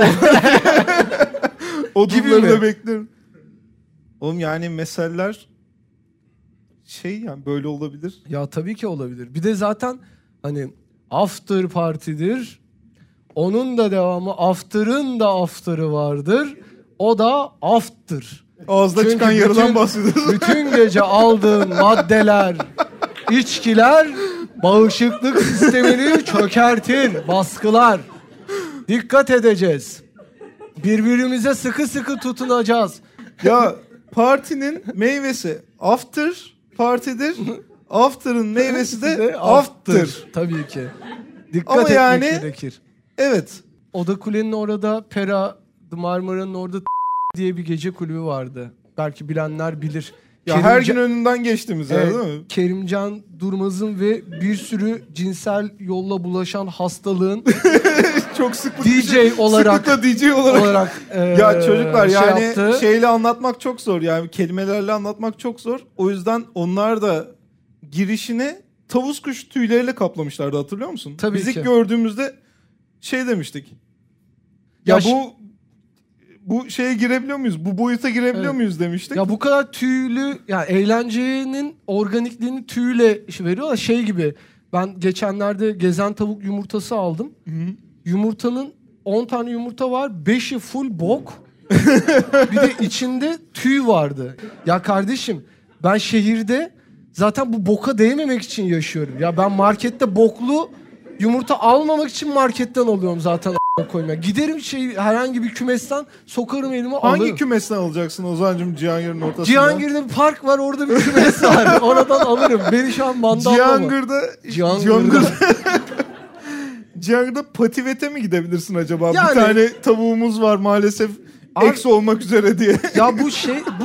O Gibi durumları mi? da beklerim. Oğlum yani meseleler yani böyle olabilir. Ya tabii ki olabilir. Bir de zaten hani after partidir. Onun da devamı after'ın da after'ı vardır. O da after. Ağızda Çünkü çıkan yarıdan bahsediyoruz. Bütün gece aldığın maddeler, içkiler bağışıklık sistemini çökertir, baskılar. Dikkat edeceğiz. Birbirimize sıkı sıkı tutunacağız. Ya partinin meyvesi after partidir. After'ın meyvesi de after. Tabii ki. Dikkat Ama etmek yani- gerekir. Evet. Oda Kule'nin orada Pera, Marmara'nın orada diye bir gece kulübü vardı. Belki bilenler bilir. Ya her gün önünden geçtiğimiz yer Evet, değil mi? Kerimcan Durmaz'ın ve bir sürü cinsel yolla bulaşan hastalığın Çok sıklıkla DJ olarak DJ olarak. Ya çocuklar yani yaptı. şeyle anlatmak çok zor, yani kelimelerle anlatmak çok zor. O yüzden onlar da girişini tavus kuş tüyleriyle kaplamışlardı, hatırlıyor musun? Tabii Biz ki. ilk gördüğümüzde şey demiştik. Ya Ya bu şeye girebiliyor muyuz? Bu boyuta girebiliyor Evet. muyuz demiştik. Ya bu kadar tüylü, yani eğlencenin organikliğini tüyle veriyorlar. Şey gibi, ben geçenlerde gezen tavuk yumurtası aldım. Hı-hı. Yumurtanın 10 tane yumurta var. 5'i full bok. Bir de içinde tüy vardı. Ya kardeşim, ben şehirde zaten bu boka değmemek için yaşıyorum. Ya ben markette boklu yumurta almamak için marketten alıyorum zaten koymaya. Giderim herhangi bir kümesten sokarım elime Hangi alırım. kümesten alacaksın Ozan'cığım, Cihangir'in ortasında? Cihangir'de bir park var, orada bir kümes var. Oradan alırım. Beni şu an mandalla mı? Cihangir'de Pativet'e mi gidebilirsin acaba? Yani- Bir tane tavuğumuz var maalesef. Abi- Eks olmak üzere diye. Ya bu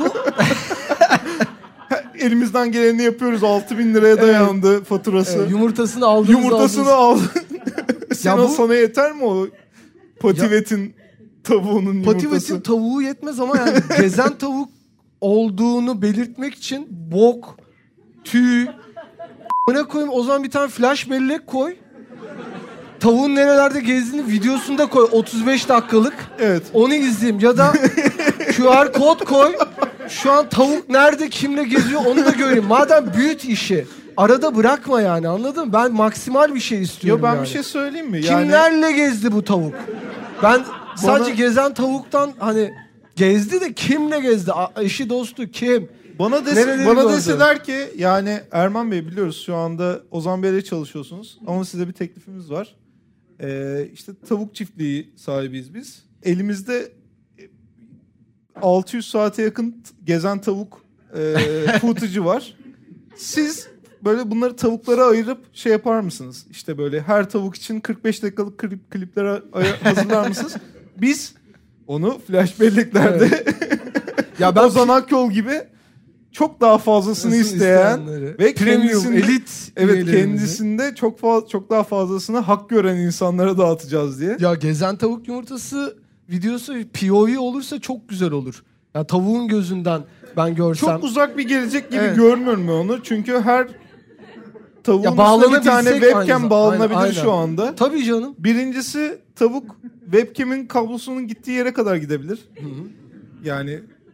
Elimizden geleni yapıyoruz. 6.000 liraya dayandı faturası. yumurtasını aldınız. Yumurtasını al. Ya bu- Sana yeter mi o Pativet'in tavuğunun yumurtası? Pativet'in tavuğu yetmez ama yani gezen tavuk olduğunu belirtmek için bok, tüy, a**ına koyayım, o zaman bir tane flash bellek koy. Tavuğun nerelerde gezdiğini videosunu da koy, 35 dakikalık. Evet. Onu izleyeyim ya da QR kod koy. Şu an tavuk nerede, kimle geziyor onu da göreyim. Madem büyüt işi, arada bırakma yani, anladın mı? Ben maksimal bir şey istiyorum. Ya ben yani. bir şey söyleyeyim mi? Yani Kimlerle gezdi bu tavuk? Ben sadece gezen tavuktan hani gezdi de kimle gezdi? Eşi dostu kim? bana Nereleri bana gördü? deseler ki yani Erman Bey, biliyoruz şu anda Ozan Bey'le çalışıyorsunuz ama size bir teklifimiz var. İşte tavuk çiftliği sahibiyiz biz. Elimizde 600 saate yakın gezen tavuk footage'ı var. Siz böyle bunları tavuklara ayırıp şey yapar mısınız? İşte böyle her tavuk için 45 dakikalık klipler hazırlar mısınız? Biz onu flash belleklerde Ya ben Ozan Akyol gibi çok daha fazlasını isteyen ve premium kendisinde- elit evet, üyelerimizi- kendisinde çok daha fazlasını hak gören insanlara dağıtacağız diye. Ya gezen tavuk yumurtası videosu POV olursa çok güzel olur. Ya tavuğun gözünden ben görsem. Çok uzak bir gelecek gibi Evet. görmüyorum ben onu. Çünkü her tavuğun Ya üstüne bir bağlanabilsek tane webcam aynı- bağlanabilir aynen. şu anda. Tabii canım. Birincisi, tavuk webcam'in kablosunun gittiği yere kadar gidebilir. Yani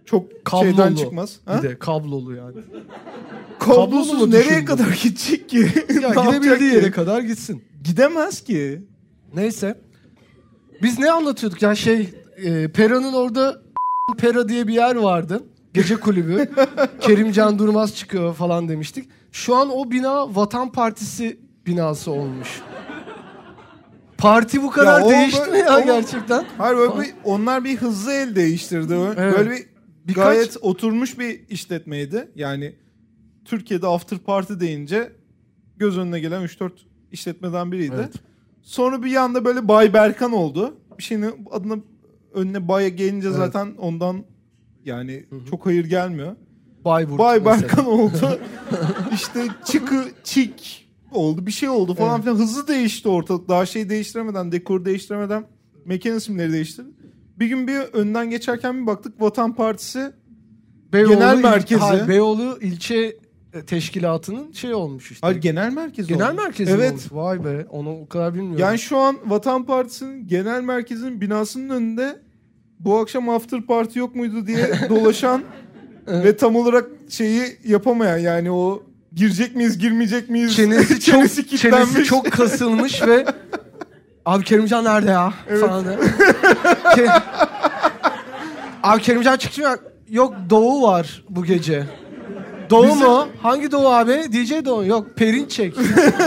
çok Kablolu. şeyden çıkmaz. Ha? Bir de kablolu yani. Kablosuz kablolu mu nereye düşündün? kadar gidecek ki? Ya Ne yapacak gidebildiği ki? yere kadar gitsin. Gidemez ki. Neyse. Biz ne anlatıyorduk ya Pera'nın orada Pera diye bir yer vardı. Gece kulübü. Kerimcan Durmaz çıkıyor falan demiştik. Şu an o bina Vatan Partisi binası olmuş. Parti bu kadar Ya o değişti mi ya gerçekten? Hayır onlar bir hızlı el değiştirdi. Evet. Böyle Birkaç- gayet oturmuş bir işletmeydi. Yani Türkiye'de after party deyince göz önüne gelen 3-4 işletmeden biriydi. Evet. Sonra bir yanda böyle Bay Berkan oldu. Bir şeyin adına önüne Bay'a gelince Evet. zaten ondan yani çok hayır gelmiyor. Bayburt Bay mesela. Berkan oldu. İşte Çik oldu. Bir şey oldu falan Evet. filan. Hızlı değişti ortalık. Daha şey değiştiremeden, dekoru değiştiremeden mekan isimleri değiştirdi. Bir gün bir önden geçerken bir baktık Vatan Partisi genel merkezi. Beyoğlu ilçe teşkilatının olmuş işte. Hayır, genel merkezi Genel olmuş. merkezi Evet. olmuş. Vay be, onu o kadar bilmiyorum. Yani şu an Vatan Partisi'nin genel merkezinin binasının önünde bu akşam after party yok muydu diye dolaşan ve tam olarak şeyi yapamayan, yani o girecek miyiz girmeyecek miyiz çenesi kilitlenmiş. çok kasılmış ve abi Kerimcan nerede ya? Evet. Falan. Abi Kerimcan çıktı mı? Yok, Doğu var bu gece. Doğu mu? Hangi Doğu abi? DJ Doğu. Yok, Perinçek.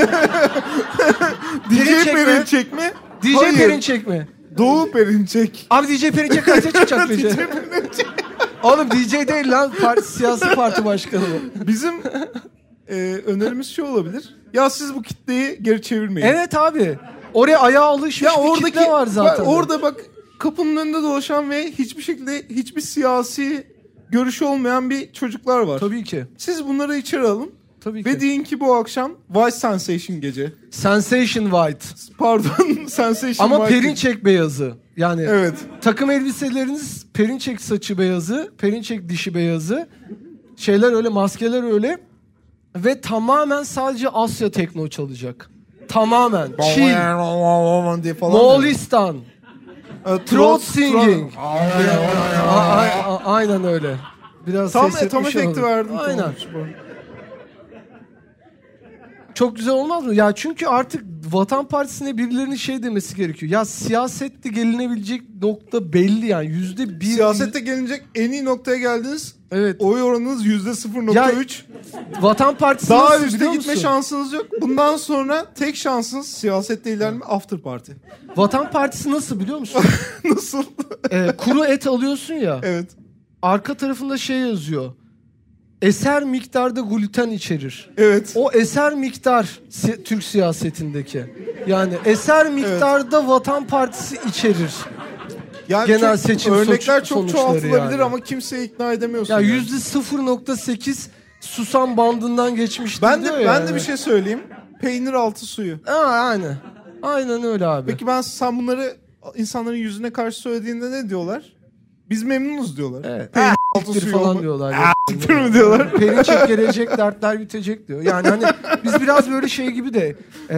DJ çekme. Perinçek mi? DJ Hayır. Perinçek mi? Doğu Perinçek. Abi DJ Perinçek kaçta çıkacak gece? Oğlum DJ değil lan. Siyasi parti başkanı bu. Bizim önerimiz şu olabilir. Ya siz bu kitleyi geri çevirmeyin. Evet abi. Oraya ayağa alışmış bir kitle var zaten. Orada bak kapının önünde dolaşan ve hiçbir şekilde hiçbir siyasi görüşü olmayan bir çocuklar var. Tabii ki. Siz bunları içeri alın. Tabii Ve ki. deyin ki bu akşam White Sensation gece. Sensation White. Pardon, Sensation Ama White. Perinçek beyazı. Yani Evet. takım elbiseleriniz Perinçek saçı beyazı, Perinçek dişi beyazı. Şeyler öyle, maskeler öyle. Ve tamamen sadece Asya tekno çalacak. Tamamen. Çin, diye falan. Moğolistan, throat singing. Aynen. Aynen öyle. Biraz Tam ses yapmış efekti olalım. verdim. Aynen. Tamam. Çok güzel olmaz mı? Ya çünkü artık Vatan Partisi'ne birilerinin demesi gerekiyor. Ya siyasette gelinebilecek nokta belli yani. %1. Siyasette gelinecek en iyi noktaya geldiniz. Evet. Oy oranınız %0.3. Vatan Partisi Daha nasıl üstte biliyor gitme musun? şansınız yok. Bundan sonra tek şansınız siyasette ilerleme after party. Vatan Partisi nasıl biliyor musun? Nasıl? Kuru et alıyorsun ya. Evet. Arka tarafında yazıyor. Eser miktarda gluten içerir. Evet. O eser miktar Türk siyasetindeki. Yani eser miktarda Vatan Partisi içerir. Yani Genel çok- seçim örnekler çok sonuçları çoğaltılabilir yani. ama kimseyi ikna edemiyorsun. Ya yani. %0.8 susam bandından geçmiştir Ben diyor de ya. bir şey söyleyeyim. Peynir altı suyu. Aynen. Aynen öyle abi. Peki sen bunları insanların yüzüne karşı söylediğinde ne diyorlar? Biz memnunuz diyorlar. Evet. Peynir altı Siktir suyu falan olma- diyorlar. Siktir mi diyorlar? Perinçek gelecek, dertler bitecek diyor. Yani hani biz biraz böyle gibi de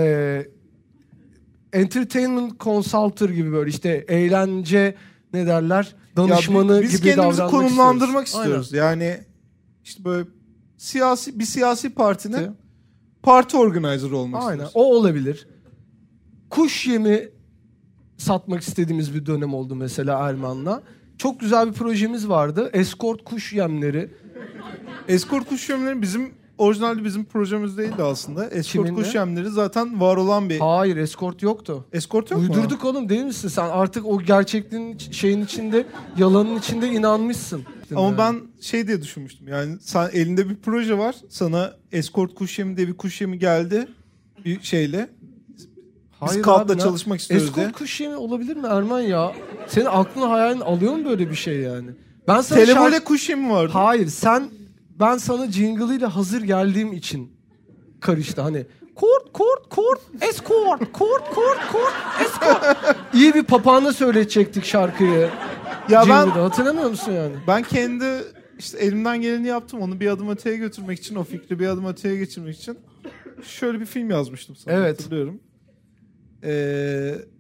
entertainment consultor gibi böyle işte eğlence danışmanı Ya biz gibi kendimizi davranmak konumlandırmak istiyoruz. istiyoruz. Yani işte böyle bir siyasi partinin İşte. parti organizer olmak Aynen. istiyoruz. O olabilir. Kuş yemi satmak istediğimiz bir dönem oldu mesela Erman'la. Çok güzel bir projemiz vardı. Escort kuş yemleri. Escort kuş yemleri orijinalde bizim projemiz değildi aslında. Escort Kiminle? kuş yemleri zaten var olan bir... Hayır, escort yoktu. Escort yok mu? Uydurduk oğlum, değil misin? Sen artık o gerçekliğin içinde, yalanın içinde inanmışsın. Ama ben diye düşünmüştüm. Yani sen elinde bir proje var. Sana Escort kuş yemi diye bir kuş yemi geldi. Bir şeyle. Biz Hayır Kalt'la abi, çalışmak istiyoruz Escort diye. kuş yemi olabilir mi Erman ya? Senin aklına hayalin alıyor mu böyle bir şey yani? Ben sana Televole kuş yemi vardı. Hayır, ben sana jingle'ıyla hazır geldiğim için karıştı. Hani kort, escort, escort. İyi bir papağana söyletecektik şarkıyı. Ya Jingle'da. Hatırlamıyor musun yani? ben kendi elimden geleni yaptım. Onu bir adım öteye götürmek için, o fikri bir adım öteye geçirmek için şöyle bir film yazmıştım sana. Evet. Hatırlıyorum.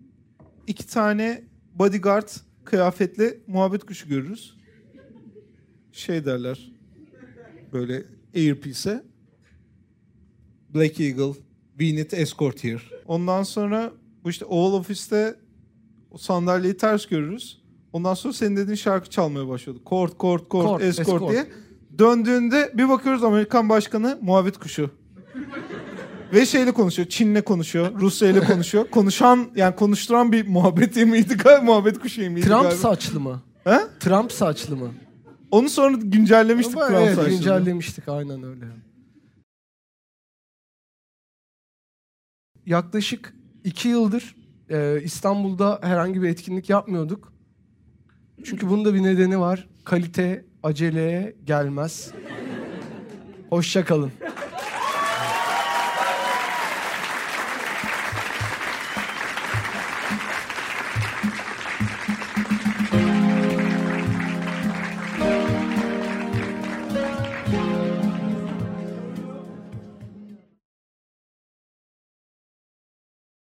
2 tane bodyguard kıyafetli muhabbet kuşu görürüz. şey derler. Böyle earpiece'e. Black Eagle, we need escort here. Ondan sonra bu işte Oval Office'te o sandalyeyi ters görürüz. Ondan sonra senin dediğin şarkı çalmaya başladı. Court, escort diye. Döndüğünde bir bakıyoruz Amerikan başkanı muhabbet kuşu. Ve şeyle konuşuyor, Çin'le konuşuyor, Rusya ile konuşuyor. Konuşturan bir muhabbet yemeğiydi galiba, muhabbet kuşu yemeğiydi Trump galiba. saçlı mı? He? Trump saçlı mı? Onu sonra güncellemiştik Trump Evet, saçlığını. güncellemiştik aynen öyle. Yaklaşık 2 yıldır İstanbul'da herhangi bir etkinlik yapmıyorduk. Çünkü bunun da bir nedeni var. Kalite aceleye gelmez. Hoşça kalın.